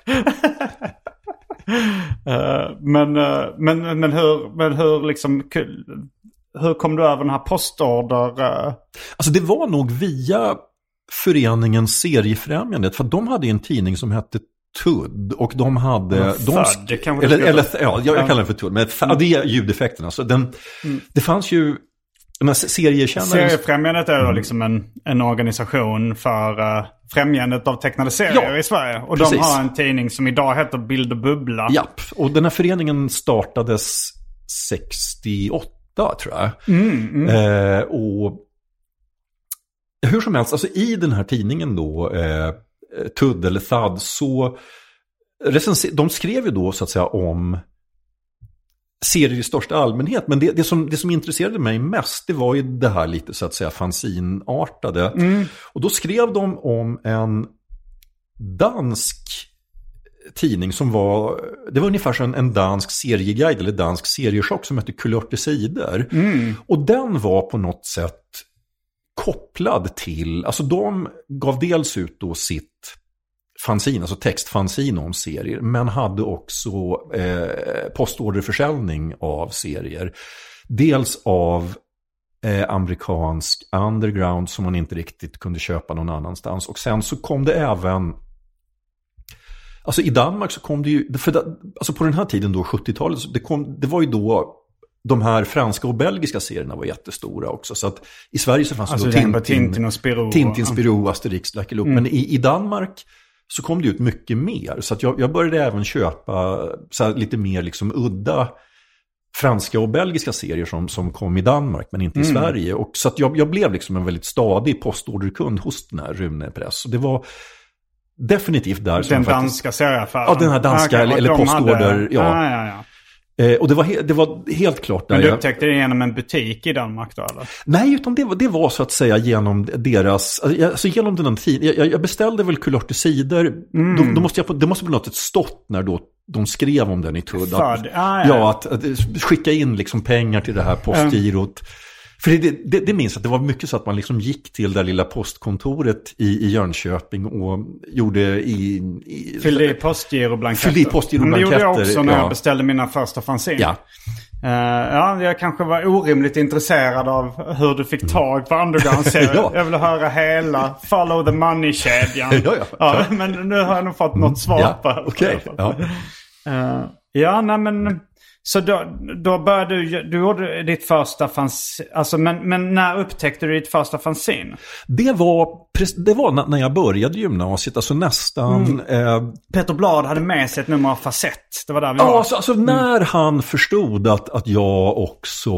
uh, men, uh, men, men hur, men hur liksom... Hur kom du över den här postorder? Uh... Alltså det var nog via... föreningen Seriefrämjandet, för de hade en tidning som hette Tudd och de hade ja, de sk- eller, eller ja, jag, jag kallar den för Tudd, men ja, det är ljudeffekterna så den mm. det fanns ju den här seriekännaren. Seriefrämjandet är då liksom en, en organisation för uh, främjandet av tecknade serier ja, i Sverige och precis. De har en tidning som idag heter Bild och Bubbla. Japp, och den här föreningen startades sextioåtta tror jag. Mm, mm. Eh, och hur som helst, alltså i den här tidningen då, eh, Tudd eller Thud, så recenser- de skrev ju då så att säga om serier i största allmänhet. Men det, det, som, det som intresserade mig mest, det var ju det här lite så att säga fanzinartade. Mm. Och då skrev de om en dansk tidning som var, det var ungefär som en dansk serieguide eller dansk seriechock som hette Kulörte sidor. Mm. Och den var på något sätt kopplad till, alltså de gav dels ut då sitt fanzin, alltså textfanzin om serier, men hade också eh, postorderförsäljning av serier. Dels av eh, amerikansk underground som man inte riktigt kunde köpa någon annanstans. Och sen så kom det även, alltså i Danmark så kom det ju, för det, alltså på den här tiden då, sjuttiotalet, det, kom, det var ju då de här franska och belgiska serierna var jättestora också. Så att i Sverige så fanns alltså det då Tintin, Tintin och Spirou. Tintin, Spirou, Asterix, Lucky Luke. Mm. Men i, i Danmark så kom det ut mycket mer. Så att jag, jag började även köpa så här, lite mer liksom udda franska och belgiska serier som, som kom i Danmark men inte i mm. Sverige. Och så att jag, jag blev liksom en väldigt stadig postorderkund hos den här Rune Press. Och det var definitivt där. Den som danska faktiskt, serieaffären. Ja, den här danska okay, eller, eller postorder. Hade... Ja. Ah, ja, ja. Eh, och det var, he- det var helt klart där. Men du upptäckte det genom en butik i Danmark då eller? Nej, utan det var, det var så att säga genom deras, alltså genom den här tiden. Jag, jag beställde väl Kulörte sidor. Mm. Då, då måste jag på, det måste på något sätt stått när då de skrev om den i Tudd. Att, ah, ja, ja att, att skicka in liksom pengar till det här postgirot. Mm. För det, det, det minns att det var mycket så att man liksom gick till det lilla postkontoret i, i Jönköping och gjorde i... i fyllde i postgiroblanketter. Fyllde i postgiroblanketter. Men det gjorde jag också när ja. jag beställde mina första fanzine. Ja. Uh, ja, jag kanske var orimligt intresserad av hur du fick tag på underground-serier. ja. Jag ville höra hela Follow the Money-kedjan. ja, ja. ja, men nu har jag nog fått något svar ja. på. Okej. Okay. Ja. Uh, ja, nej men... Så då, då började du, du gjorde ditt första fanzine, alltså, men, men när upptäckte du ditt första fanzine? Det var, det var när jag började gymnasiet, alltså nästan... Mm. Eh, Peter Blad hade med sig ett nummer av Facett, det var där vi ja, var. Alltså, alltså mm. när han förstod att, att jag också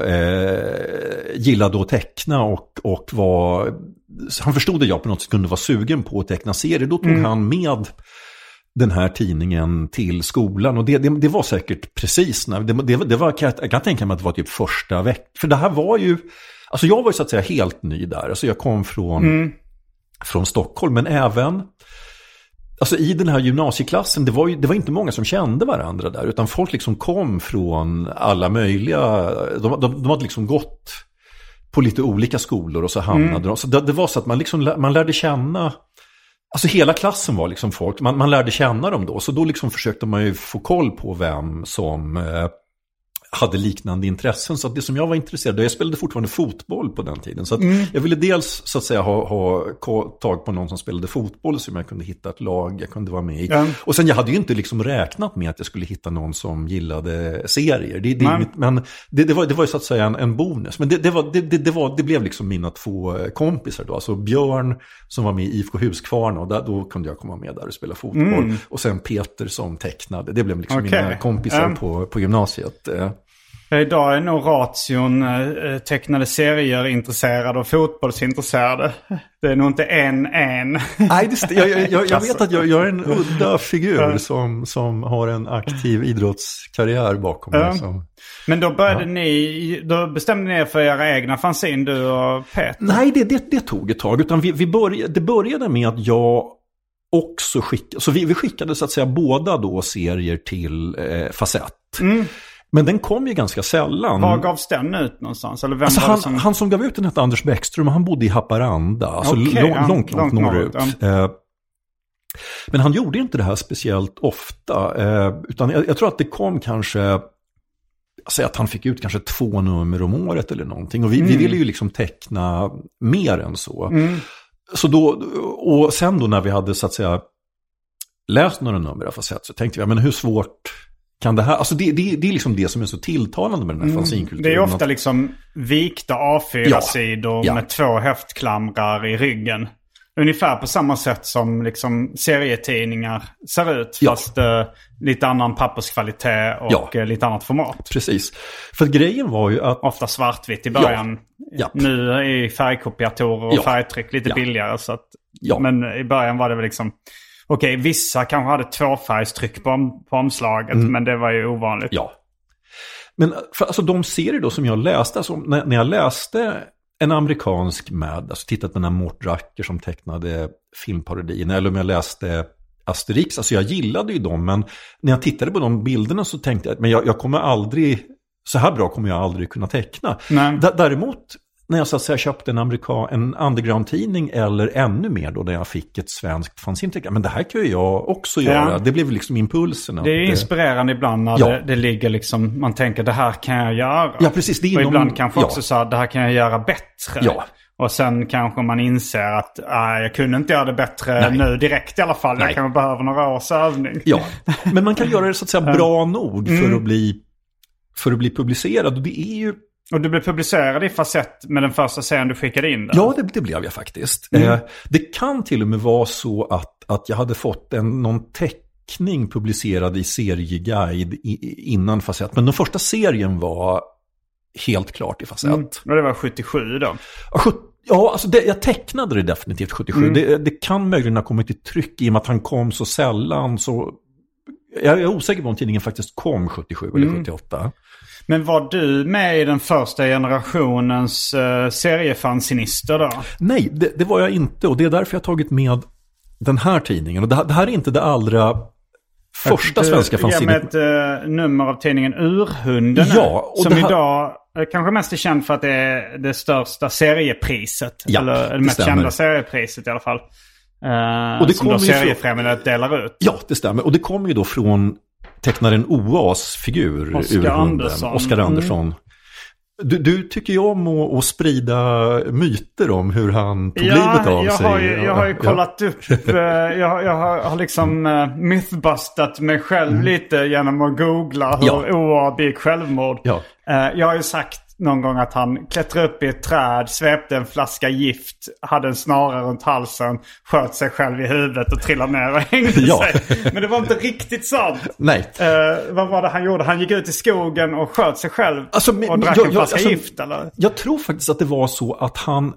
eh, gillade att teckna och, och var... Han förstod att jag på något sätt kunde vara sugen på att teckna serier, då tog mm. han med... den här tidningen till skolan, och det, det, det var säkert precis när det, det, det var, jag kan tänka mig att det var typ första veckan, för det här var ju, alltså jag var ju så att säga helt ny där, alltså jag kom från mm. från Stockholm, men även alltså i den här gymnasieklassen, det var ju, det var inte många som kände varandra där, utan folk liksom kom från alla möjliga, de, de, de hade liksom gått på lite olika skolor och så hamnade mm. de, så det, det var så att man liksom, man lärde känna. Alltså hela klassen var liksom folk, man, man lärde känna dem då. Så då liksom försökte man ju få koll på vem som eh, hade liknande intressen. Så att det som jag var intresserad av, jag spelade fortfarande fotboll på den tiden. Så att mm. jag ville dels så att säga ha, ha tag på någon som spelade fotboll som jag kunde hitta ett lag jag kunde vara med i. Mm. Och sen jag hade ju inte liksom räknat med att jag skulle hitta någon som gillade serier. Det, det, mm. Men det, det, var, det var ju så att säga en, en bonus. Men det, det, var, det, det, det, var, det blev liksom mina två kompisar då. Alltså Björn som var med i I F K Huskvarna, och där, då kunde jag komma med där och spela fotboll. Mm. Och sen Peter som tecknade. Det blev liksom okay. mina kompisar mm. på, på gymnasiet. Idag är nog ration eh, tecknade serier intresserade och fotbollsintresserade. Det är nog inte en en. Nej, det, jag, jag, jag, jag vet att jag, jag är en udda figur som, som har en aktiv idrottskarriär bakom mig. Som, Men då började ja. ni, då bestämde ni er för era egna fanzine, du och Peter? Nej, det, det, det tog ett tag. Utan vi, vi började, det började med att jag också skickade, så vi, vi skickade så att säga båda då serier till eh, Facett. Mm. Men den kom ju ganska sällan. Var gavs den ut någonstans? Eller vem alltså var han, som... han som gav ut den hette Anders Bäckström, och han bodde i Haparanda. Alltså okay, långt, långt, långt norrut. Ja. Men han gjorde inte det här speciellt ofta. Utan jag, jag tror att det kom kanske... Alltså att han fick ut kanske två nummer om året eller någonting. Och vi, mm. vi ville ju liksom teckna mer än så. Mm. Så då, och sen då när vi hade så att säga läst några nummer av Facett, så tänkte vi, men hur svårt... Kan det här, alltså det, det, det är liksom det som är så tilltalande med den här mm. fanzinkulturen. Det är ofta liksom vikta A fyra-sidor ja, ja. med två häftklamrar i ryggen. Ungefär på samma sätt som liksom serietidningar ser ut. Ja. Fast uh, lite annan papperskvalitet och ja. lite annat format. Precis. För grejen var ju att... Ofta svartvitt i början. Ja. Ja. Nu är färgkopiatorer och ja. färgtryck lite ja. billigare. Så att, ja. Men i början var det väl liksom... Okej, vissa kanske hade tvåfärgstryck på, på omslaget, mm. men det var ju ovanligt. Ja. Men för, alltså, de serier då som jag läste, alltså, när, när jag läste en amerikansk Mad, alltså tittat på den här Mort Racker som tecknade filmparodin, eller om jag läste Asterix, alltså jag gillade ju dem, men när jag tittade på de bilderna så tänkte jag att men jag, jag kommer aldrig, så här bra kommer jag aldrig kunna teckna. Nej. D- däremot... När jag så att säga köpte en, amerikan, en underground-tidning eller ännu mer då när jag fick ett svenskt fanzine. Men det här kan ju jag också ja. göra. Det blev liksom impulsen. Det är att, inspirerande ibland när ja. det, det ligger liksom, man tänker det här kan jag göra. Ja, precis. Det är inom, och ibland kanske ja. också så här, det här kan jag göra bättre. Ja. Och sen kanske man inser att äh, jag kunde inte göra det bättre Nej. nu direkt i alla fall. Nej. Jag kan behöva några års övning. Ja, men man kan göra det så att säga bra nog för, mm. att bli, för att bli publicerad. Och det är ju... Och du blev publicerad i Facett med den första serien du skickade in där? Ja, det, det blev jag faktiskt. Mm. Eh, det kan till och med vara så att, att jag hade fått en, någon teckning publicerad i serieguide i, innan Facett. Men den första serien var helt klart i Facett. Mm. Och det var sjuttiosju då? Ja, ja alltså det, jag tecknade det definitivt sjuttiosju. Mm. Det, det kan möjligen ha kommit i tryck i och med att han kom så sällan. Så jag är osäker på om tidningen faktiskt kom sjuttiosju eller mm. sjuttioåtta. Men var du med i den första generationens uh, seriefanzinister då? Nej, det, det var jag inte. Och det är därför jag har tagit med den här tidningen. Och det, det här är inte det allra första du, svenska fanzinet. Du ger med ett uh, nummer av tidningen Urhunden. Ja, och som här... idag uh, kanske mest är känd för att det är det största seriepriset. Ja, eller det, det mest stämmer. Kända seriepriset i alla fall. Uh, och det som då seriefrämjandet delar ut. Ja, det stämmer. Och det kommer ju då från... tecknaren O A's figur Oskar Andersson. Oskar Andersson. Du, du tycker ju om att, att sprida myter om hur han tog ja, livet av jag sig. Har ju, jag har ju kollat ja. upp, jag, jag har, har liksom uh, mythbustat mig själv mm. lite genom att googla hur ja. O A begick självmord. Ja. Uh, jag har ju sagt någon gång att han klättrade upp i ett träd, svepte en flaska gift, hade en snara runt halsen, sköt sig själv i huvudet och trillade ner och hängde ja. sig. Men det var inte riktigt sant. Nej. Uh, vad var det han gjorde? Han gick ut i skogen och sköt sig själv alltså, men, och drack jag, en flaska alltså, gift, eller? Jag tror faktiskt att det var så att han...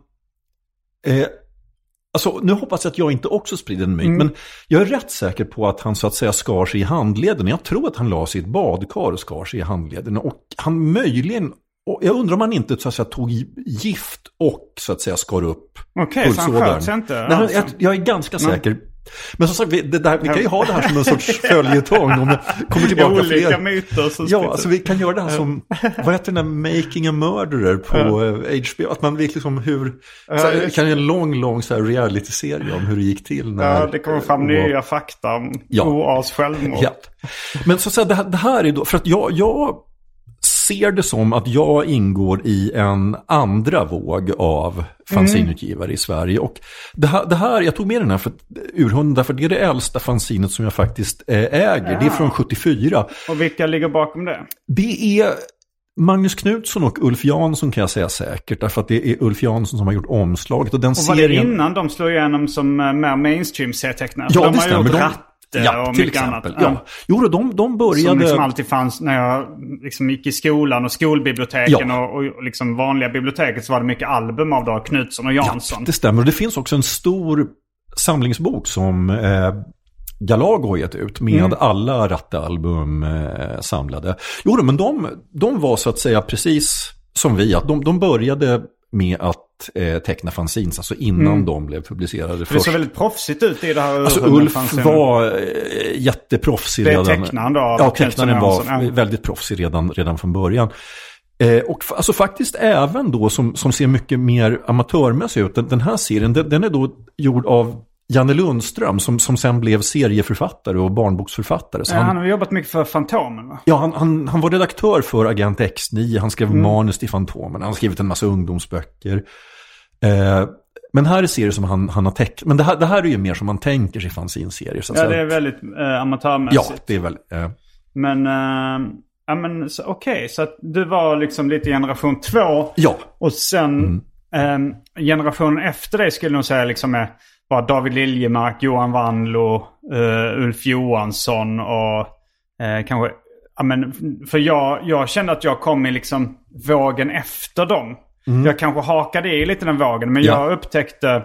Eh, alltså, nu hoppas jag att jag inte också sprider en myt, mm. men jag är rätt säker på att han så att säga skar sig i handleden. Jag tror att han la sig i ett badkar och skar sig i handleden. Och han möjligen... Och jag undrar om han inte så att säga, tog gift och så att säga skar upp Okej, så han sköts inte? Nej, jag, jag är ganska Men. säker. Men som sagt, vi, det där, vi kan ju ha det här som en sorts följetong om det kommer tillbaka olika fler. myter. Som ja, alltså vi kan göra det här som, vad heter den där Making a Murderer på ja. H B O? Att man vet liksom hur, så här, ja, kan ju en lång, lång så här reality-serie om hur det gick till. När, ja, det kommer fram och, nya fakta om ja. O A's självmord. Ja. Men så att säga, det här, det här är då, för att jag... jag ser det som att jag ingår i en andra våg av fanzinutgivare mm. i Sverige. Och det här, det här, jag tog med den här för, urhunden för det är det äldsta fanzinet som jag faktiskt äger. Ja. Det är från sjuttiofyra. Och vilka ligger bakom det? Det är Magnus Knutsson och Ulf Jansson kan jag säga säkert. Därför att det är Ulf Jansson som har gjort omslaget. Och, den och var serien... det innan de slog igenom som mer mainstream-serietecknare? Ja, de det har stämmer. Gjort De... Ratt. Ja, till exempel. Ja. Ja. Jo, de, de började... Som liksom alltid fanns när jag liksom gick i skolan och skolbiblioteken ja. och, och liksom vanliga biblioteket så var det mycket album av då Knutsson och Jansson. Ja, det stämmer. Och det finns också en stor samlingsbok som eh, Galago har gett ut med mm. alla Ratte-album eh, samlade. Jo, men de, de var så att säga precis som vi. Att de, de började med att eh, teckna fanzines, alltså innan mm. de blev publicerade. För det såg väldigt proffsigt ut i det här. Alltså Ulf fanzine. var eh, jätteproffsig redan. Det är tecknaren då? Ja, tecknaren var ja. väldigt proffsig redan, redan från början. Eh, och f- alltså faktiskt även då som, som ser mycket mer amatörmässig ut. Den, den här serien, den, den är då gjord av Janne Lundström som, som sen blev serieförfattare och barnboksförfattare. Så ja, han, han har jobbat mycket för Fantomen, va? Ja, han, han, han var redaktör för Agent X nio. Han skrev mm. manus till Fantomen. Han har skrivit en massa ungdomsböcker. Eh, men här är serier som han, han har tecknat. Men det här, det här är ju mer som man tänker sig fanzine-serier. Så ja, säga. Det är väldigt eh, amatörmässigt. Ja, det är väldigt... Eh. Men... Eh... Ja, men okej, okay, så att du var liksom lite generation två. Ja. Och sen mm. eh, generationen efter det skulle jag nog säga liksom är bara David Liljemark, Johan Wanlo, uh, Ulf Johansson och uh, kanske, ja men för jag, jag kände att jag kom i liksom vågen efter dem. Mm. Jag kanske hakade i lite den vågen, men ja. jag upptäckte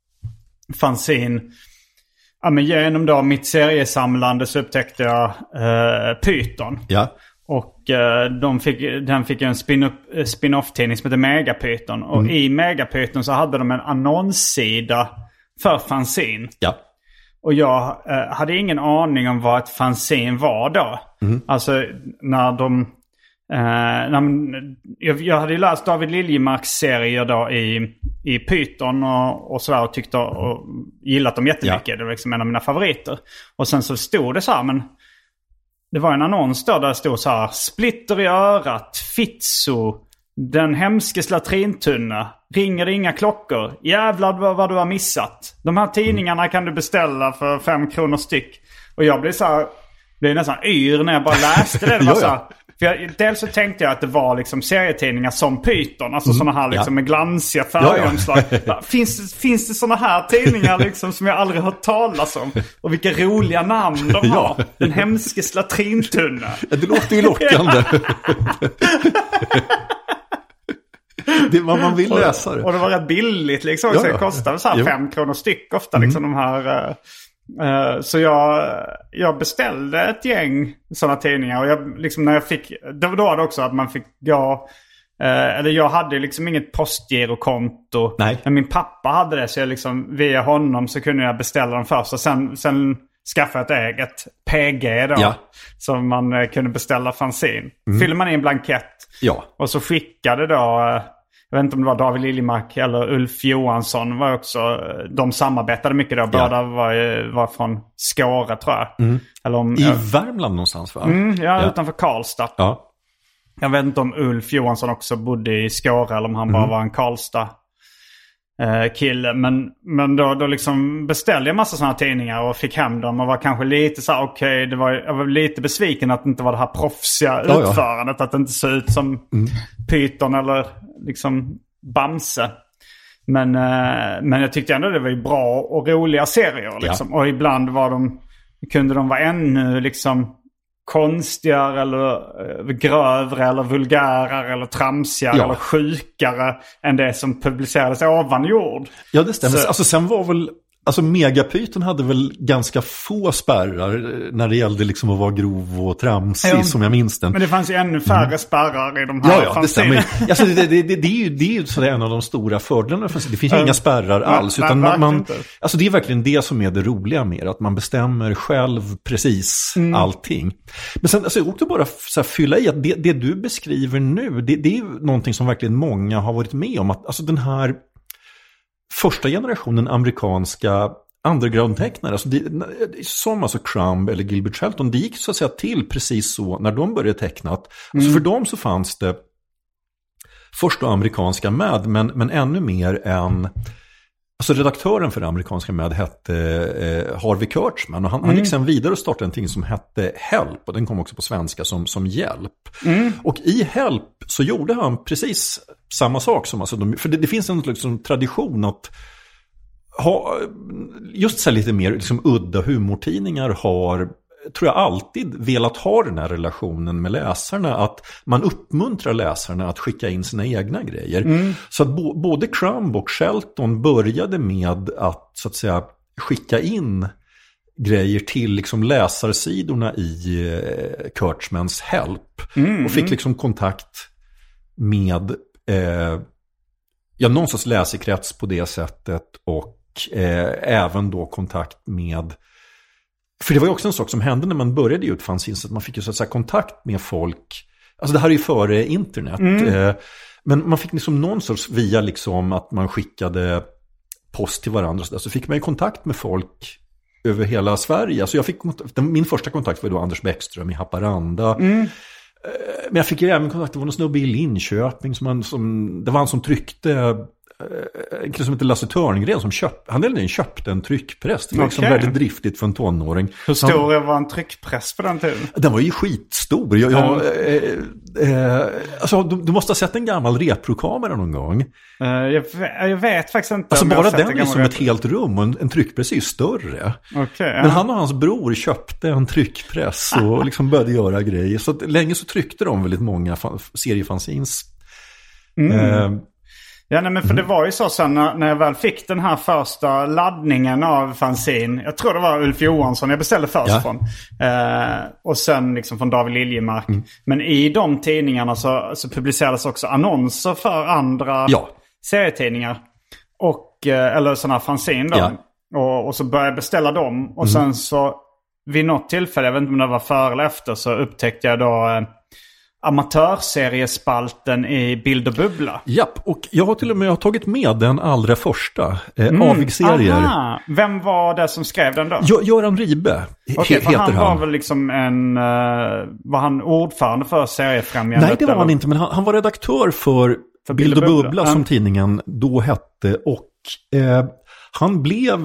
fanzine, ja men genom då mitt seriesamlande så upptäckte jag uh, Python. Ja. Och eh, de fick, den fick en spin-up, spin-off-tidning som heter Megapython. Och mm. i Megapython så hade de en annonssida för fanzine. Ja. Och jag eh, hade ingen aning om vad ett fanzine var då. Mm. Alltså när de... Eh, när, jag, jag hade ju läst David Liljemarks serier då i, i Python och, och sådär och tyckte och gillat dem jättemycket. Ja. Det var liksom en av mina favoriter. Och sen så stod det så här, men... Det var en annons där, där det stod så här: splitter i örat, Fitzo, den hemskes latrintunna, ringer det inga klockor, jävlar vad, vad du har missat. De här tidningarna kan du beställa för fem kronor styck. Och jag blev så här, blev nästan yr när jag bara läste det. Det var så här, för jag, dels så tänkte jag att det var liksom serietidningar som Python, alltså mm, sådana här liksom ja. med glansiga färgomslag. Ja, ja. finns, finns det sådana här tidningar liksom som jag aldrig hört talas om? Och vilka roliga namn de har. Ja. Den hemskes latrintunna. Ja, det låter ju lockande. Det är vad man vill läsa det. Och det var rätt billigt liksom. Ja, ja. Så det kostade så här jo. fem kronor styck ofta liksom mm. de här... Uh, Uh, så jag, jag beställde ett gäng sådana tidningar. Och jag, liksom när jag fick, det var då också att man fick gå, uh, eller jag hade liksom inget postgirokonto. Nej. Men min pappa hade det, så jag liksom, via honom så kunde jag beställa dem först. Och sen, sen skaffade jag ett eget P G då. Ja. Så man uh, kunde beställa fanzine. Mm. Fyllde man i en blankett. Ja. Och så skickade då... Uh, Jag vet inte om det var David Liljemark eller Ulf Johansson var också, de samarbetade mycket då. Båda ja. var, var från Skåre tror jag. Mm. Eller om, I ja. Värmland någonstans va? Mm, ja, ja, utanför Karlstad. Ja. Jag vet inte om Ulf Johansson också bodde i Skåre eller om han mm. bara var en Karlstad eh, kille. Men, men då, då liksom beställde jag massa sådana tidningar och fick hem dem och var kanske lite så här, okej, okay, det var, jag var lite besviken att det inte var det här proffsiga ja, utförandet. Ja. Att det inte såg ut som mm. Python eller liksom Bamse. Men, eh, men jag tyckte ändå det var bra och roliga serier liksom. Ja. Och ibland var de, kunde de vara ännu liksom konstigare eller uh, grövre eller vulgärare eller tramsigare ja. eller sjukare än det som publicerades ovan jord. Ja, det stämmer. Så, alltså sen var väl alltså Megapython hade väl ganska få spärrar när det gällde liksom att vara grov och tramsig ja, som jag minns den. Men det fanns ju ännu färre mm. spärrar i de här. Ja, ja det stämmer. Alltså, det, det, det, det är ju, det är ju så en av de stora fördelarna. Det finns ju inga spärrar alls. Nej, utan man, man, alltså det är verkligen det som är det roliga med att man bestämmer själv precis mm. allting. Men sen alltså, också bara så här, fylla i att det, det du beskriver nu, det, det är ju någonting som verkligen många har varit med om. Att, alltså den här första generationen amerikanska underground-tecknare, alltså det, som alltså Crumb eller Gilbert Shelton, det gick så att säga till precis så när de började teckna. Alltså mm. för dem så fanns det första amerikanska Mad, men, men ännu mer än... Alltså redaktören för det amerikanska Mad hette eh, Harvey Kurtzman och han, mm. han gick sen vidare och startade en ting som hette Help och den kom också på svenska som, som Hjälp. Mm. Och i Help så gjorde han precis samma sak som alltså de, för det, det finns en liksom, tradition att ha just så lite mer liksom, udda humortidningar har tror jag alltid velat ha den här relationen med läsarna, att man uppmuntrar läsarna att skicka in sina egna grejer. Mm. Så att bo, både Crumb och Shelton började med att så att säga skicka in grejer till liksom läsarsidorna i eh, Kurtzmans Help mm, och fick liksom kontakt med eh, ja, någon sorts läsekrets på det sättet och eh, även då kontakt med. För det var ju också en sak som hände när man började ut fanzine, så att man fick ju så att säga kontakt med folk. Alltså det här är ju före internet. Mm. Eh, men man fick liksom någon sorts via liksom att man skickade post till varandra. Så, där, så fick man ju kontakt med folk över hela Sverige. Alltså jag fick, min första kontakt var då Anders Bäckström i Haparanda. Mm. Eh, men jag fick ju även kontakt med någon snubbe i Linköping. Som man, som, det var han som tryckte... En kille som heter Lasse Törngren som köpt, han eller köpte en tryckpress. Det var okay. liksom väldigt driftigt för en tonåring. Hur stor han, var en tryckpress på den tiden? Den var ju skitstor. Jag, jag, mm. eh, eh, alltså, du, du måste ha sett en gammal reprokamera någon gång. Uh, jag, jag vet faktiskt inte. Alltså bara den är som ett helt rum och en, en tryckpress är ju större. Okay, ja. Men han och hans bror köpte en tryckpress och liksom började göra grejer. Så att, länge så tryckte de väldigt många fan, seriefanzines. Mm. Eh, Ja, nej, men för det var ju så sen när, när jag väl fick den här första laddningen av fanzine. Jag tror det var Ulf Johansson jag beställde först ja. från. Eh, och sen liksom från David Liljemark. Mm. Men i de tidningarna så, så publicerades också annonser för andra ja. serietidningar. Och, eh, eller sådana här fanzine då. Ja. Och, och så började jag beställa dem. Och mm. sen så vid något tillfälle, jag vet inte om det var före eller efter, så upptäckte jag då... Eh, amatörseriespalten i Bild och Bubbla. Japp, och jag har till och med jag har tagit med den allra första eh, mm. Avig-serier. Aha. Vem var det som skrev den då? Gö- Göran Ribe okay, he- heter han. Han var väl liksom en... Uh, var han ordförande för seriefrämjandet? Nej, det var eller? han inte, men han, han var redaktör för, för Bild och Bubbla, Bubbla som mm. tidningen då hette. Och eh, han blev...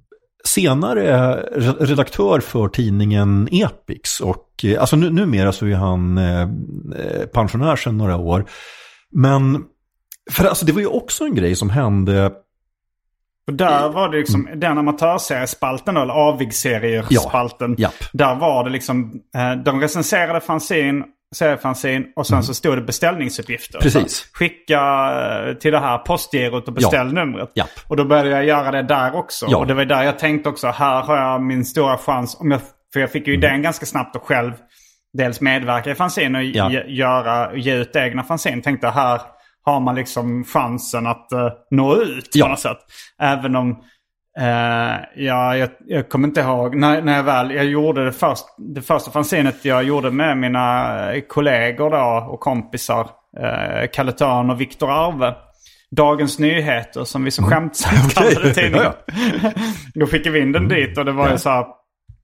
senare redaktör för tidningen Epix och alltså nu, numera så är han eh, pensionär sedan några år. Men för alltså det var ju också en grej som hände. Och där var det liksom mm. den amatörseriespalten eller avig-seriespalten. Ja, där var det liksom eh, de recenserade fanzine, seriefanzine och sen mm. så stod det beställningsuppgifter. Precis. Skicka till det här postgirot och beställ ja. numret. Ja. Och då började jag göra det där också. Ja. Och det var där jag tänkte också, här har jag min stora chans. Om jag, för jag fick ju mm. idén ganska snabbt och själv dels medverka i fanzine och ja. g- göra, ge ut egna fanzine. Tänkte här har man liksom chansen att uh, nå ut på ja. något sätt. Även om Uh, ja, jag, jag kommer inte ihåg när, när jag väl jag gjorde det, först, det första fanzinet jag gjorde med mina kollegor då, och kompisar uh, Kalle Törn och Viktor Arve, Dagens Nyheter som vi så skämtsamt kallade tidningen. Då fick vi in den dit och det var ju så här,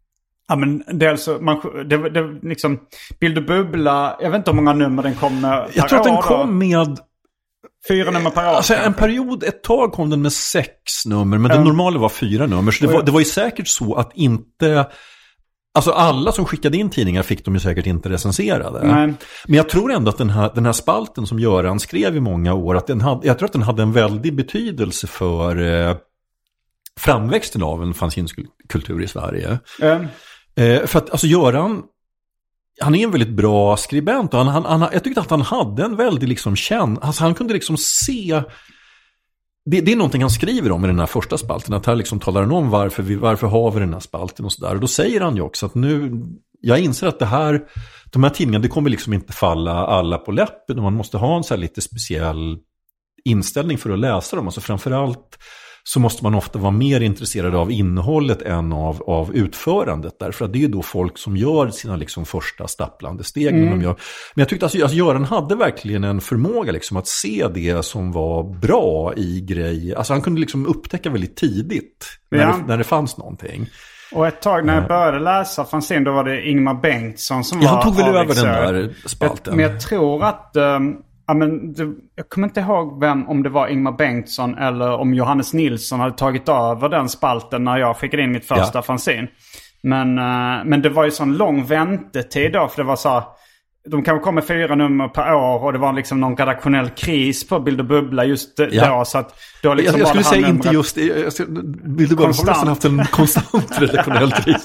Ja, men dels så, man, det, det liksom, Bild och bubbla, jag vet inte hur många nummer den kom med. Jag tror att den kom då. med... Fyra nummer per år. Alltså en period, ett tag kom den med sex nummer, men mm. det normala var fyra nummer. Så det var, det var ju säkert så att inte... Alltså alla som skickade in tidningar fick de ju säkert inte recenserade. Nej. Men jag tror ändå att den här, den här spalten som Göran skrev i många år, att den hade, jag tror att den hade en väldig betydelse för eh, framväxten av en fanzinskultur i Sverige. Mm. Eh, för att alltså Göran, han är en väldigt bra skribent och han, han, han, jag tyckte att han hade en väldigt liksom känn, alltså han kunde liksom se... Det, det är någonting han skriver om i den här första spalten, att han liksom talar om varför, vi, varför har vi den här spalten och sådär. Och då säger han ju också att nu, jag inser att det här, de här tidningarna, det kommer liksom inte falla alla på läppen och man måste ha en så här lite speciell inställning för att läsa dem. Alltså framförallt så måste man ofta vara mer intresserad av innehållet än av, av utförandet. Därför att det är ju då folk som gör sina liksom första stapplande steg. Mm. De gör. Men jag tyckte att alltså, Göran hade verkligen en förmåga liksom att se det som var bra i grej. Alltså han kunde liksom upptäcka väldigt tidigt när, ja. det, när det fanns någonting. Och ett tag när jag började läsa fanzine, då var det Ingmar Bengtsson som ja, var... Ja, han tog väl över den där spalten. Men jag tror att... Um... Ja, men det, jag kommer inte ihåg vem, om det var Ingmar Bengtsson eller om Johannes Nilsson hade tagit över den spalten när jag skickade in mitt första ja. fanzine. Men, uh, men det var ju sån lång väntetid då, för det var så... De kanske kom med fyra nummer per år och det var liksom någon redaktionell kris på Bild och bubbla just ja. då. Så att då liksom jag, jag skulle säga inte just... Bild och bubbla har nästan haft en konstant redaktionell kris.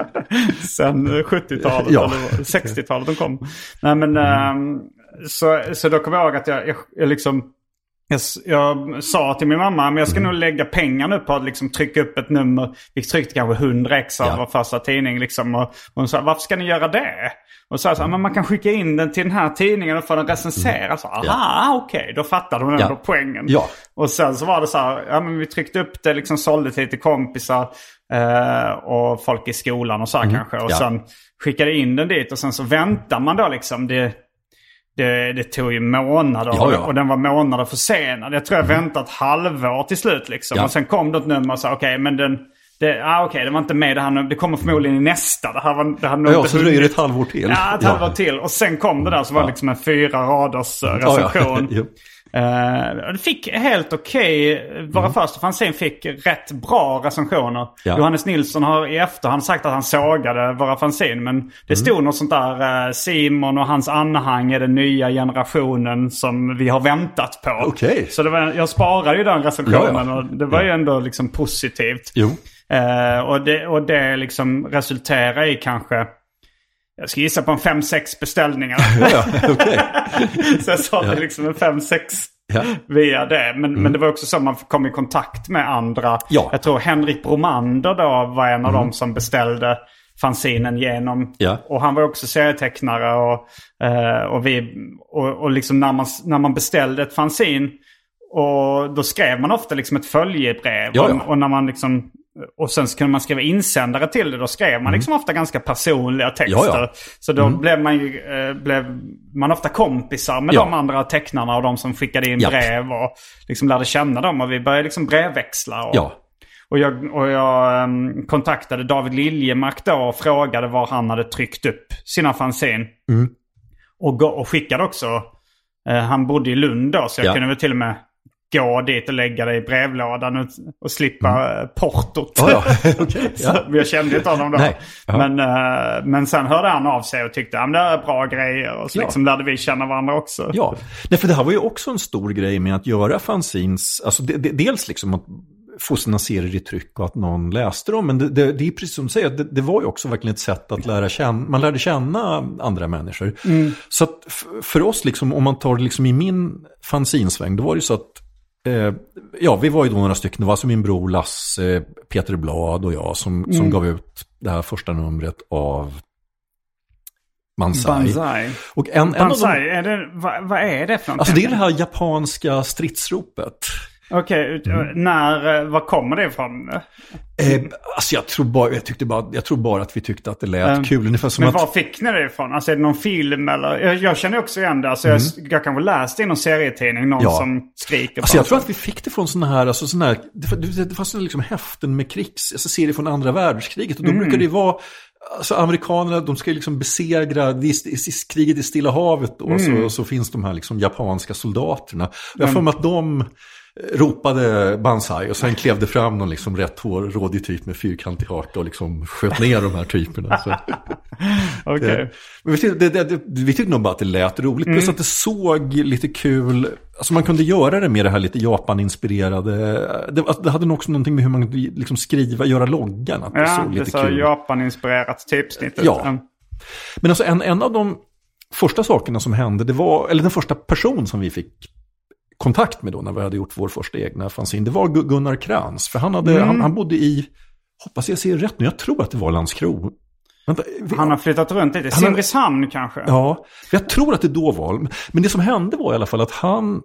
Sen sjuttiotalet ja. eller sextiotalet de kom. Nej men... Mm. Um, Så, så då kommer jag ihåg att jag, jag, jag liksom jag, jag sa till min mamma, men jag ska nog lägga pengar nu på att liksom trycka upp ett nummer. Vi tryckte kanske hundra ex av ja. vår första tidning liksom, och, och hon sa, varför ska ni göra det? Och så sa men man kan skicka in den till den här tidningen och få den recenserad. Så, aha, ja. okej, okay. Då fattade hon ändå ja. poängen. Ja. Och sen så var det så här, ja men vi tryckte upp det, liksom sålde till kompisar eh, och folk i skolan och så mm. kanske. Och ja. sen skickade in den dit och sen så väntar man då liksom, det... Det, det tog ju månader ja, ja. och den var månader försenad. Jag tror jag mm. väntade ett halvår till slut liksom. Ja. Och sen kom det ett nummer och sa okej, okay, men den, det, ah, okay, det var inte med det här nu. Det kommer förmodligen i nästa. Det här var, det här ja, inte så det är ett halvår till. Ja, ett ja. halvår till. Och sen kom det där så var det liksom en fyra raders recension. Ja, ja. Uh, det fick helt okej okay. Våra mm. första fanzine fick rätt bra recensioner. ja. Johannes Nilsson har i efterhand sagt att han sågade våra fanzine, men det stod mm. något sånt där uh, Simon och hans anhang är den nya generationen som vi har väntat på. okay. Så det var, jag sparade ju den recensionen ja, ja. och det var ja. ju ändå liksom positivt. Jo. Uh, och, det, och det liksom resulterar i kanske, jag ska gissa på en fem sex beställningar. ja, okay. Så jag sa ja. det liksom en fem sex ja. via det. Men, mm. men det var också så att man kom i kontakt med andra. Ja. Jag tror Henrik Bromander då var en av mm. dem som beställde fanzinen genom. Ja. Och han var också serietecknare. Och, och, vi, och, och liksom när man, när man beställde ett fanzin, och då skrev man ofta liksom ett följebrev. Ja, ja. Och, och när man liksom... Och sen så kunde man skriva insändare till det. Då skrev man liksom mm. ofta ganska personliga texter. Ja, ja. Så då mm. blev man ju eh, blev man ofta kompisar med ja. de andra tecknarna och de som skickade in ja. brev och liksom lärde känna dem. Och vi började liksom brevväxla. Och, ja. och jag, och jag um, kontaktade David Liljemark då och frågade var han hade tryckt upp sina fanzine. Mm. Och, och skickade också. Eh, han bodde i Lund då, så jag ja. kunde väl till och med gå dit och lägga det i brevlådan och, och slippa mm. portot. Oh, ja. okay. Så jag kände inte honom då. Nej. Men, uh, men sen hörde han av sig och tyckte att det är bra grejer. Och så ja. liksom lärde vi känna varandra också. Ja, nej, för det här var ju också en stor grej med att göra fanzines. Alltså det, det, dels liksom att få sina serier i tryck och att någon läste dem. Men det, det, det är precis som du säger, det, det var ju också verkligen ett sätt att lära känna, man lärde känna andra människor. Mm. Så att f- för oss, liksom, om man tar liksom i min fanzinsväng, då var det ju så att Eh, ja, vi var ju då några stycken. Det var alltså min bror Lasse, Peter Blad och jag som, mm. som gav ut det här första numret av Banzai. Banzai. Och en, Banzai, en av dem, är det, vad, vad är det för något? Alltså det är det här japanska stridsropet. Okej, okay, mm. när, vad kommer det ifrån? Eh, alltså jag tror, bara, jag, tyckte bara, jag tror bara att vi tyckte att det lät um, kul. Ungefär som men att... var fick ni det ifrån? Alltså är det någon film eller? Jag, jag känner också igen det. Alltså mm. jag, jag kanske läste i någon serietidning någon ja. som skriker. Alltså jag tror att vi fick det från sådana här, alltså såna här det, det, det fanns liksom häften med krigs, alltså serier från andra världskriget. Och då mm. brukar det vara, Alltså amerikanerna, de ska ju liksom besegra det är, är, kriget i Stilla havet då, mm. så, så finns de här liksom japanska soldaterna. Jag får med att de ropade Banzai och sen klevde fram någon liksom rätt hårrådig typ med fyrkantig haka och liksom sköt ner de här typerna. Okej. Okay. Men vi tyckte, det, det, vi tyckte nog bara att det lät roligt. Mm. Plus att det såg lite kul. Alltså man kunde göra det med det här lite Japan-inspirerade. Det, alltså det hade nog också någonting med hur man liksom skriva, göra loggan. Att det ja, såg lite det så kul. Japan-inspirerat typsnitt. Ja. Mm. Men alltså en, en av de första sakerna som hände, det var, eller den första person som vi fick kontakt med då när vi hade gjort vår första egna fanzine, det var Gunnar Krantz. För han, hade, mm. han, han bodde i, hoppas jag ser rätt nu, jag tror att det var Landskrona. Vänta, vi, han har flyttat runt lite, Simrishamn kanske. Ja, jag tror att det då var. Men det som hände var i alla fall att han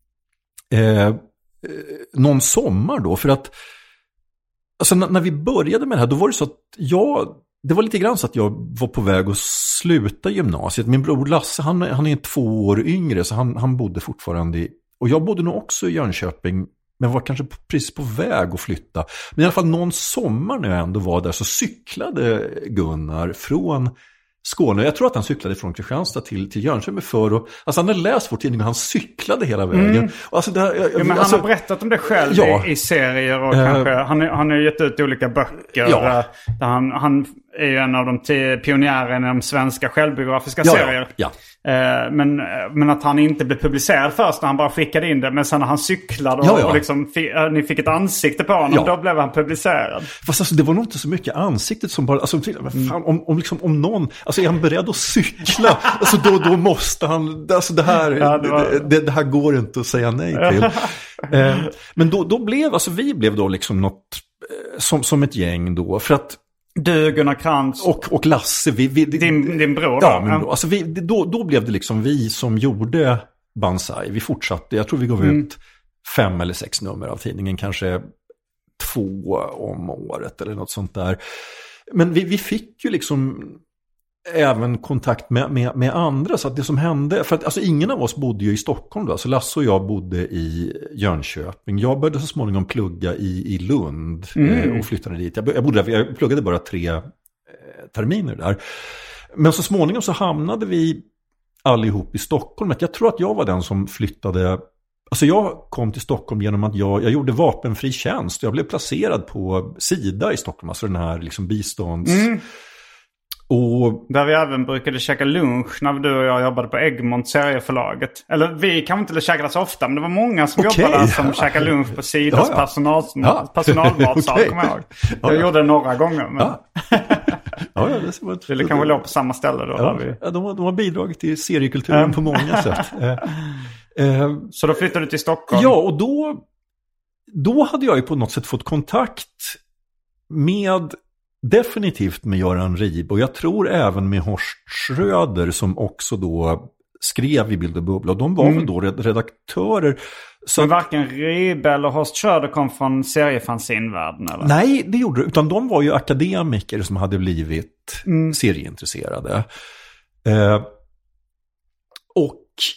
eh, någon sommar då, för att alltså när, när vi började med det här, då var det så att jag, det var lite grann så att jag var på väg att sluta gymnasiet. Min bror Lasse, han, han är två år yngre, så han, han bodde fortfarande i, och jag bodde nog också i Jönköping, men var kanske precis på väg att flytta. Men i alla fall någon sommar när jag ändå var där så cyklade Gunnar från Skåne. Jag tror att han cyklade från Kristianstad till, till Jönköping för och, alltså han hade läst vår tidning och han cyklade hela vägen. Mm. Alltså det här, jag, ja, men han alltså, har berättat om det själv ja, i, i serier och äh, kanske, han, han har gett ut olika böcker ja. där, där han, han är ju en av de tio pionjärerna i de svenska självbiografiska ja, serier. Ja, ja. Eh, men, men att han inte blev publicerad först när han bara skickade in det, men sen när han cyklade och, ja, ja. och liksom, äh, ni fick ett ansikte på honom, ja. då blev han publicerad. Fast alltså, det var nog inte så mycket ansiktet som bara, alltså, fan, om, om, liksom, om någon, alltså är han beredd att cykla, alltså då, då måste han, alltså det här, ja, det, var... det, det här går inte att säga nej till. eh, men då, då blev, alltså vi blev då liksom något, eh, som, som ett gäng då, för att du, Gunnar Krantz och, och Lasse, vi, vi, din, din bror. Ja, min bror. Alltså vi, då, då blev det liksom vi som gjorde Banzai. Vi fortsatte, jag tror vi gav mm. ut fem eller sex nummer av tidningen, kanske två om året eller något sånt där. Men vi, vi fick ju liksom även kontakt med, med, med andra, så att det som hände, för att alltså ingen av oss bodde ju i Stockholm då, alltså Lasse och jag bodde i Jönköping. Jag började så småningom plugga i, i Lund mm. eh, och flyttade dit. Jag, jag, bodde, jag pluggade bara tre eh, terminer där. Men så småningom så hamnade vi allihop i Stockholm. Jag tror att jag var den som flyttade, alltså jag kom till Stockholm genom att jag, jag gjorde vapenfri tjänst. Jag blev placerad på Sida i Stockholm, alltså den här liksom bistånds... Mm. Och där vi även brukade käka lunch när du och jag jobbade på Egmont serieförlaget. Eller vi kan inte käka så ofta, men det var många som okay. jobbade som ja. käkade lunch på Sidas ja, ja. personal, ja. personalmatsal, okay. kommer jag ihåg. Jag ja, gjorde det några gånger. Men... Ja. ja, ja, det var ett... Vi kan väl låg på samma ställe då. Ja, vi... ja, de, har, de har bidragit till seriekulturen på många sätt. Eh, eh, så då flyttade du till Stockholm? Ja, och då, då hade jag ju på något sätt fått kontakt med... definitivt med Göran Rib, och jag tror även med Horst Schröder som också då skrev i Bild och Bubbla, och de var mm. väl då redaktörer. Så men varken Rib eller Horst Schröder kom från seriefanzinvärlden eller? Nej, det gjorde det, utan de var ju akademiker som hade blivit mm. serieintresserade. Eh, och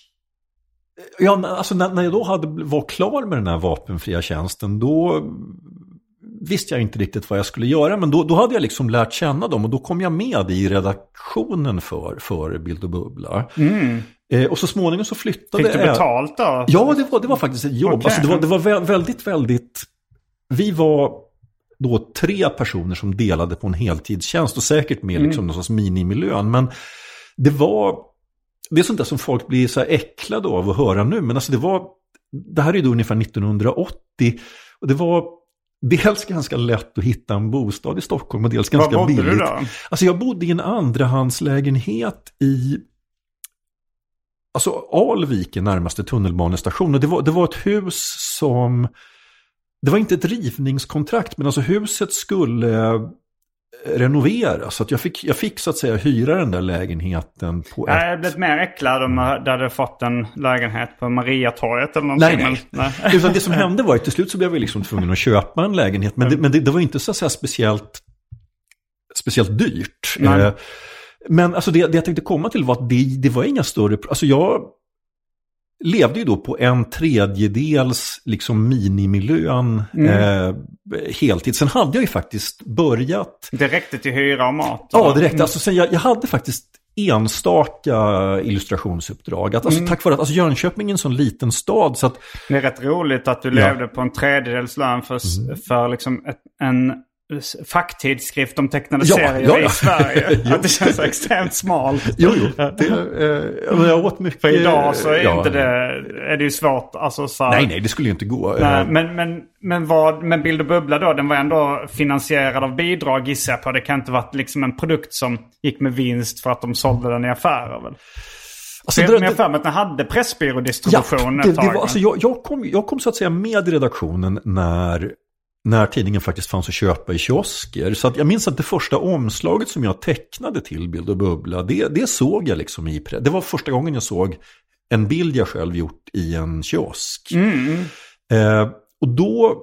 ja, alltså när, när jag då hade, var klar med den här vapenfria tjänsten, då visste jag inte riktigt vad jag skulle göra, men då, då hade jag liksom lärt känna dem, och då kom jag med i redaktionen för, för Bild och Bubbla. Mm. Eh, och så småningom så flyttade... Fick du betalt då? Ja, det var, det var faktiskt ett jobb. Okay. Alltså det var, det var väldigt, väldigt... Vi var då tre personer som delade på en heltidstjänst, och säkert med liksom mm. någon sorts minimilön, men det var... Det är sånt där som folk blir så här äcklade av att höra nu, men alltså det var... Det här är då ungefär nittonhundraåttio, och det var... dels ganska lätt att hitta en bostad i Stockholm, och dels ganska billigt. Du då? Alltså jag bodde i en andrahandslägenhet i alltså Alviken, närmaste tunnelbanestation, och det var, det var ett hus som, det var inte ett rivningskontrakt, men alltså huset skulle renoveras, så att jag fick, jag fick så att säga hyra den där lägenheten på ett... Jag hade blivit mer äcklad om jag hade fått en lägenhet på Mariatorget eller någonting. Nej, nej. nej. Utan det som hände var att till slut så blev vi liksom tvungen att köpa en lägenhet, men det, men det, det var inte så att säga speciellt speciellt dyrt. Eh, men alltså det, det jag tänkte komma till var att det, det var inga större... Alltså jag... levde ju då på en tredjedels liksom minimilön mm. eh, heltid. Sen hade jag ju faktiskt börjat... Det räckte till hyra och mat? Ja, det räckte. Alltså, sen jag, jag hade faktiskt enstaka illustrationsuppdrag. Att, alltså, mm. Tack vare att alltså, Jönköping är en sån liten stad. Så att, det är rätt roligt att du ja. levde på en tredjedels lön för, mm. för liksom ett, en facktidskrift om tecknade ja, serier ja, ja. i Sverige. Att det känns så extremt smalt. Jo, jo. Det, eh, jag åt mycket. För idag så är, ja, inte det, är det ju svårt. Alltså, så, nej, nej, det skulle ju inte gå. Nej, men, men, men, vad, men Bild och Bubbla då, den var ändå finansierad av bidrag, gissar jag på. Det kan inte varit liksom en produkt som gick med vinst för att de sålde den i affärer, väl? Alltså, det, jag för mig att den hade pressbyrådistribution ja, ett tag. Det var, alltså, jag, jag, kom, jag kom så att säga med i redaktionen när... när tidningen faktiskt fanns att köpa i kiosker. Så att jag minns att det första omslaget som jag tecknade till Bild och Bubbla, det, det såg jag liksom i... Det var första gången jag såg en bild jag själv gjort i en kiosk. Mm. Eh, och då...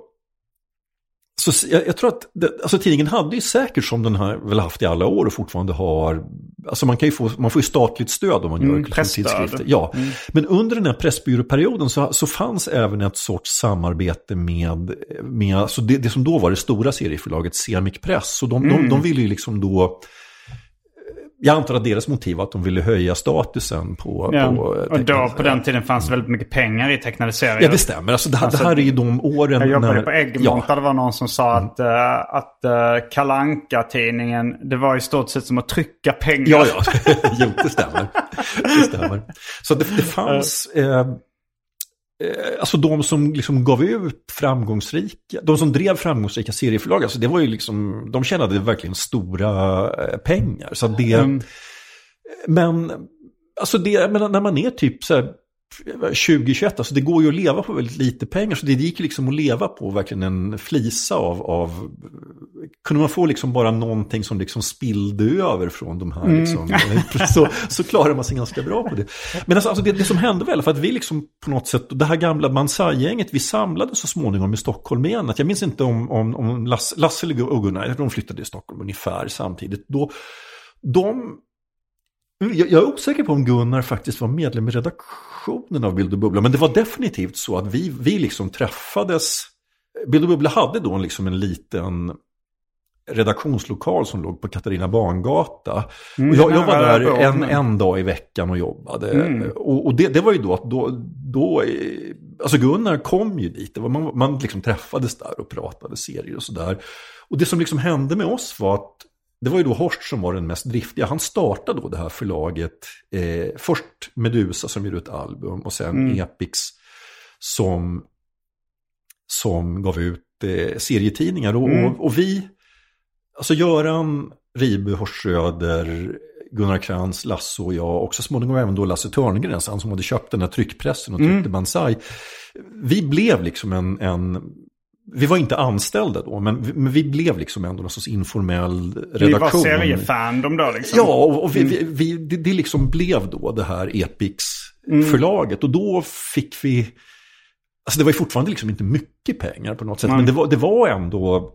Så jag, jag tror att det, alltså tidningen hade ju säkert, som den har väl haft i alla år och fortfarande har, alltså man kan ju få, man får ju statligt stöd om man gör mm, kulturtidskrifter. Ja. Mm. Men under den här pressbyråperioden så, så fanns även ett sorts samarbete med, med alltså det, det som då var det stora serieförlaget Semik Press. Så de, mm. de, de ville ju liksom då, jag antar att deras motiv var att de ville höja statusen på... Ja. på och då på den tiden fanns väldigt mycket pengar i tecknade serier. Ja, det stämmer. Alltså, det, här, alltså, det här är ju de åren... Jag jobbade när... på Egmont, ja. Det var någon som sa att, uh, att uh, Kalle Anka-tidningen, det var i stort sett som att trycka pengar. Ja, ja. Jo, det stämmer. Det stämmer. Så det, det fanns... Eh, Alltså de som liksom gav ut framgångsrika, de som drev framgångsrika serieförlag, alltså det var ju liksom, de tjänade verkligen stora pengar. Så det, mm. men alltså det, men när man är typ så här tjugo tjugoett, alltså det går ju att leva på väldigt lite pengar, så det gick liksom att leva på verkligen en flisa av, av kunde man få liksom bara någonting som liksom spillde över från de här liksom, mm. så, så klarar man sig ganska bra på det. Men alltså, alltså det, det som hände väl, för att vi liksom på något sätt, det här gamla Mansai-gänget, vi samlades så småningom i Stockholm igen. Att jag minns inte om, om, om Lasse, Lasse och Gunnar, de flyttade i Stockholm ungefär samtidigt. Då, de Jag är osäker på om Gunnar faktiskt var medlem i redaktionen av Bild och Bubbla, men det var definitivt så att vi, vi liksom träffades. Bild och Bubbla hade då liksom en liten redaktionslokal som låg på Katarina Bangata. Mm, och jag, jag var där en, en dag i veckan och jobbade. Mm. Och, och det, det var ju då att då, då, alltså Gunnar kom ju dit. Det var, man, man liksom träffades där och pratade serier och sådär. Och det som liksom hände med oss var att det var ju då Horst som var den mest driftiga. Han startade då det här förlaget. Eh, först Medusa som ger ut album. Och sen mm. Epix som, som gav ut eh, serietidningar. Och, mm. och, och vi, alltså Göran Ribe, Horst Söder, Gunnar Krantz, Lasse och jag. Och så småningom även då Lasse Törngren, han som hade köpt den här tryckpressen och tryckte mm. Mansai. Vi blev liksom en... en vi var inte anställda då, men vi, men vi blev liksom ändå någon sorts informell redaktion. Vi var seriefandom då liksom. Ja, och, och vi, vi, vi, det, det liksom blev då det här Epix-förlaget. Mm. Och då fick vi... Alltså det var ju fortfarande liksom inte mycket pengar på något sätt. Mm. Men det var, det var ändå...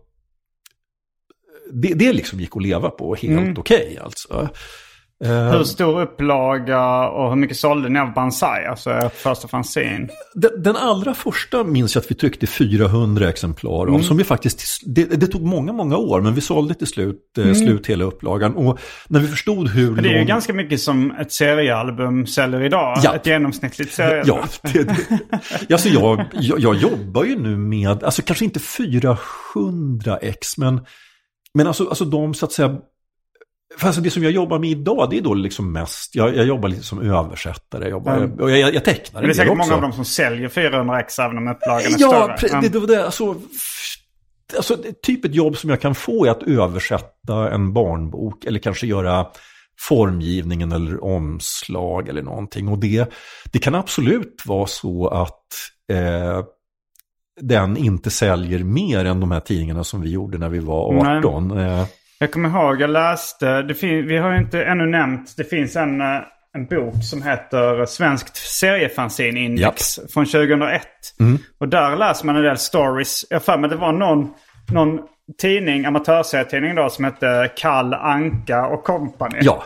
Det, det liksom gick att leva på helt mm. okej okay, alltså. Hur stor upplaga och hur mycket sålde ni av Banzai, alltså första fanzine? Den, den allra första minns jag att vi tryckte fyrahundra exemplar av, mm. som vi faktiskt, det, det tog många, många år, men vi sålde till slut, mm. slut hela upplagan. Och när vi förstod hur... Men det är lång... ju ganska mycket som ett seriealbum säljer idag, ja. Ett genomsnittligt seriealbum. Ja, det, det. Alltså jag, jag, jag jobbar ju nu med, alltså kanske inte fyrahundra ex, men, men alltså, alltså de så att säga... För alltså det som jag jobbar med idag, det är då liksom mest, jag, jag jobbar lite som översättare, jag, jobbar, mm. och jag, jag tecknar. Det är säkert många av dem som säljer fyrahundra ex även om upplagan är ja, större. Ja, det, det, det, alltså, alltså typ ett jobb som jag kan få är att översätta en barnbok eller kanske göra formgivningen eller omslag eller någonting. Och det, det kan absolut vara så att eh, den inte säljer mer än de här tidningarna som vi gjorde när vi var arton. Eh, Jag kommer ihåg, jag läste, det fin- vi har ju inte ännu nämnt, det finns en, en bok som heter Svenskt seriefanzine index yep. från tjugohundraett. Mm. Och där läser man en del stories. Jag för mig det var någon, någon tidning, amatörserietidning då, som hette Kalle Anka och Company. Ja.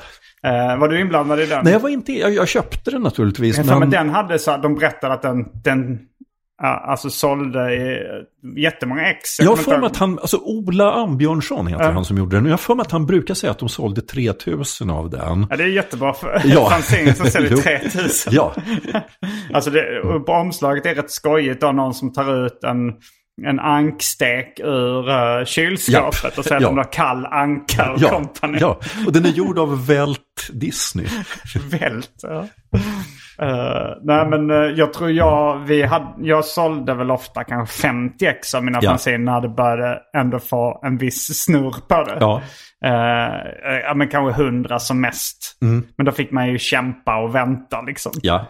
Uh, var du inblandad i den? Nej, jag var inte. Jag, jag köpte den naturligtvis. Men, men den hade så de berättade att den, den uh, alltså sålde i jättemånga ex. Jag har för mig att han, alltså Ola Ambjörnsson heter uh. han som gjorde den. Jag har för mig att han brukar säga att de sålde tre tusen av den. Ja, det är jättebra för ja. fanzine som säljer tre tusen. Ja. Alltså det, på omslaget är rätt skojigt då, någon som tar ut en en ankstek ur uh, kylskåpet Japp. och säger ja. att de har kall anka och ja. company. Ja, och den är gjord av Walt Disney. Walt, ja. Uh, nej men uh, jag tror jag vi hade, jag sålde väl ofta kanske femtio ex av mina ja. fanziner när det började ändå få en viss snurr på det. Ja. Uh, ja men kanske hundra som mest. Mm. Men då fick man ju kämpa och vänta liksom. Ja.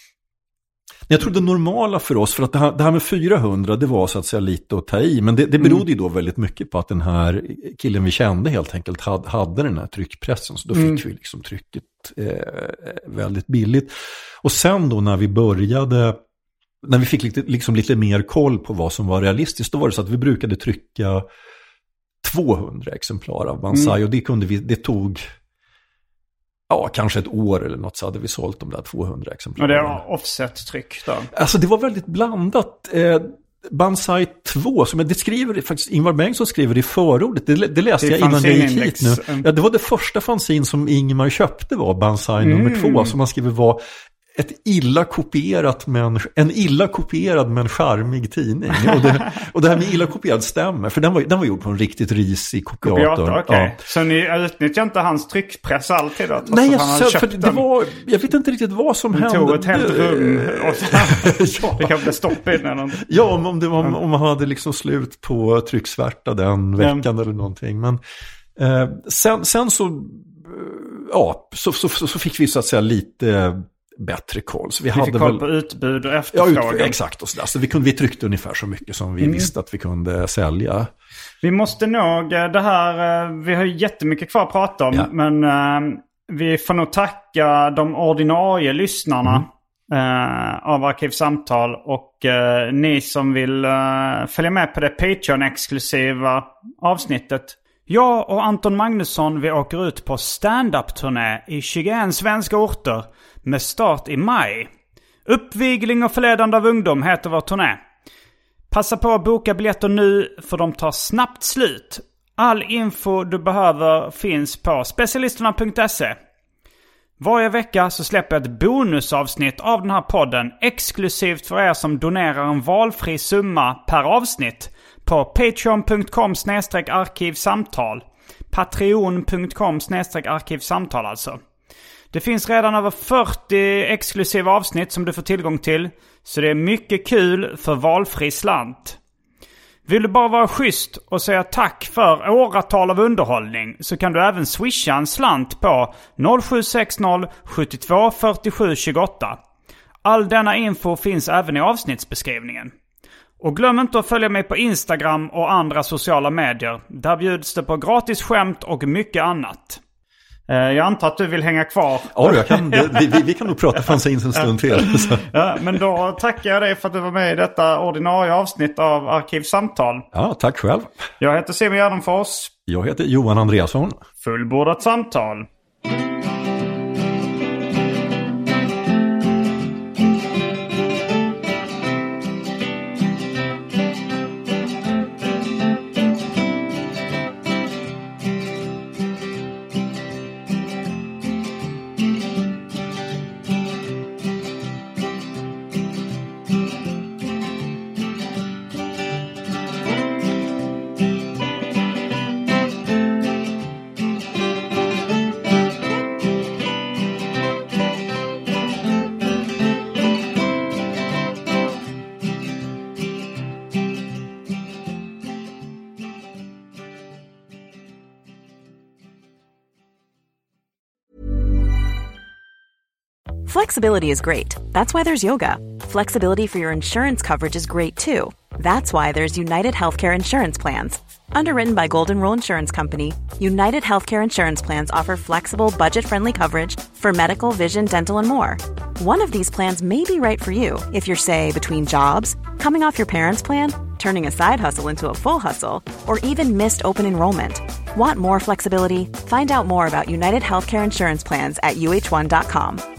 Jag tror det normala för oss, för att det här, det här med fyrahundra, det var så att säga lite att ta i. Men det, det berodde ju då väldigt mycket på att den här killen vi kände helt enkelt hade, hade den här tryckpressen. Så då fick mm. vi liksom trycket eh, väldigt billigt. Och sen då när vi började, när vi fick lite, liksom lite mer koll på vad som var realistiskt, då var det så att vi brukade trycka tvåhundra exemplar av Banzai. Mm. Och det, kunde vi, det tog... Ja, kanske ett år eller något så hade vi sålt de där tvåhundra exemplar. Och det var offset-tryck då? Alltså det var väldigt blandat. Eh, Banzai två, som det skriver faktiskt Ingvar Bengtsson skriver i förordet. Det, det läste det jag innan jag gick hit nu. Ja, det var det första fanzin som Ingmar köpte var Banzai mm. nummer två, som han skriver var ett illa kopierat men, en illa kopierad men charmig tidning. Och det, och det här med illa kopierad stämmer, för den var, den var gjord på en riktigt risig kopiator. kopiator okay. ja. Så ni utnyttjar inte hans tryckpress alltid då? Nej, jag, så, för det var, jag vet inte riktigt vad som hände. Han tog ett helt rum och så, ja. det kan bli stopp in eller någonting. Ja, om, om, det var, om man hade liksom slut på trycksvärta den veckan mm. eller någonting. Men eh, sen, sen så, ja, så, så, så, så fick vi så att säga lite... bättre koll. Så vi, vi hade fick koll väl... på utbud och efterfrågan. Ja, ut... exakt. Och så där. Så vi, kunde, vi tryckte ungefär så mycket som vi mm. visste att vi kunde sälja. Vi måste nog, det här, vi har jättemycket kvar att prata om, ja. men uh, vi får nog tacka de ordinarie lyssnarna mm. uh, av Arkivsamtal och uh, ni som vill uh, följa med på det Patreon-exklusiva avsnittet. Jag och Anton Magnusson, vi åker ut på stand-up-turné i tjugoett svenska orter med start i maj. Uppvigling och förledande av ungdom heter vår turné. Passa på att boka biljetter nu, för de tar snabbt slut. All info du behöver finns på specialisterna punkt se. Varje vecka så släpper jag ett bonusavsnitt av den här podden exklusivt för er som donerar en valfri summa per avsnitt på patreon punkt com snedstreck arkivsamtal. patreon punkt com snedstreck arkivsamtal alltså. Det finns redan över fyrtio exklusiva avsnitt som du får tillgång till, så det är mycket kul för valfri slant. Vill du bara vara schysst och säga tack för åratal av underhållning, så kan du även swisha en slant på noll sju sex noll sju två fyra sju två åtta. All denna info finns även i avsnittsbeskrivningen. Och glöm inte att följa mig på Instagram och andra sociala medier. Där bjuds det på gratis skämt och mycket annat. Jag antar att du vill hänga kvar. Ja, jag kan, vi, vi, vi kan nog prata fanzines en stund till. Så. Ja, men då tackar jag dig för att du var med i detta ordinarie avsnitt av Arkivsamtal. Ja, tack själv. Jag heter Simon Gärdenfors. Jag heter Johan Andreasson. Fullbordat samtal. Flexibility is great. That's why there's yoga. Flexibility for your insurance coverage is great too. That's why there's United Healthcare Insurance Plans. Underwritten by Golden Rule Insurance Company, United Healthcare Insurance Plans offer flexible, budget-friendly coverage for medical, vision, dental, and more. One of these plans may be right for you if you're, say, between jobs, coming off your parents' plan, turning a side hustle into a full hustle, or even missed open enrollment. Want more flexibility? Find out more about United Healthcare Insurance Plans at U H one dot com.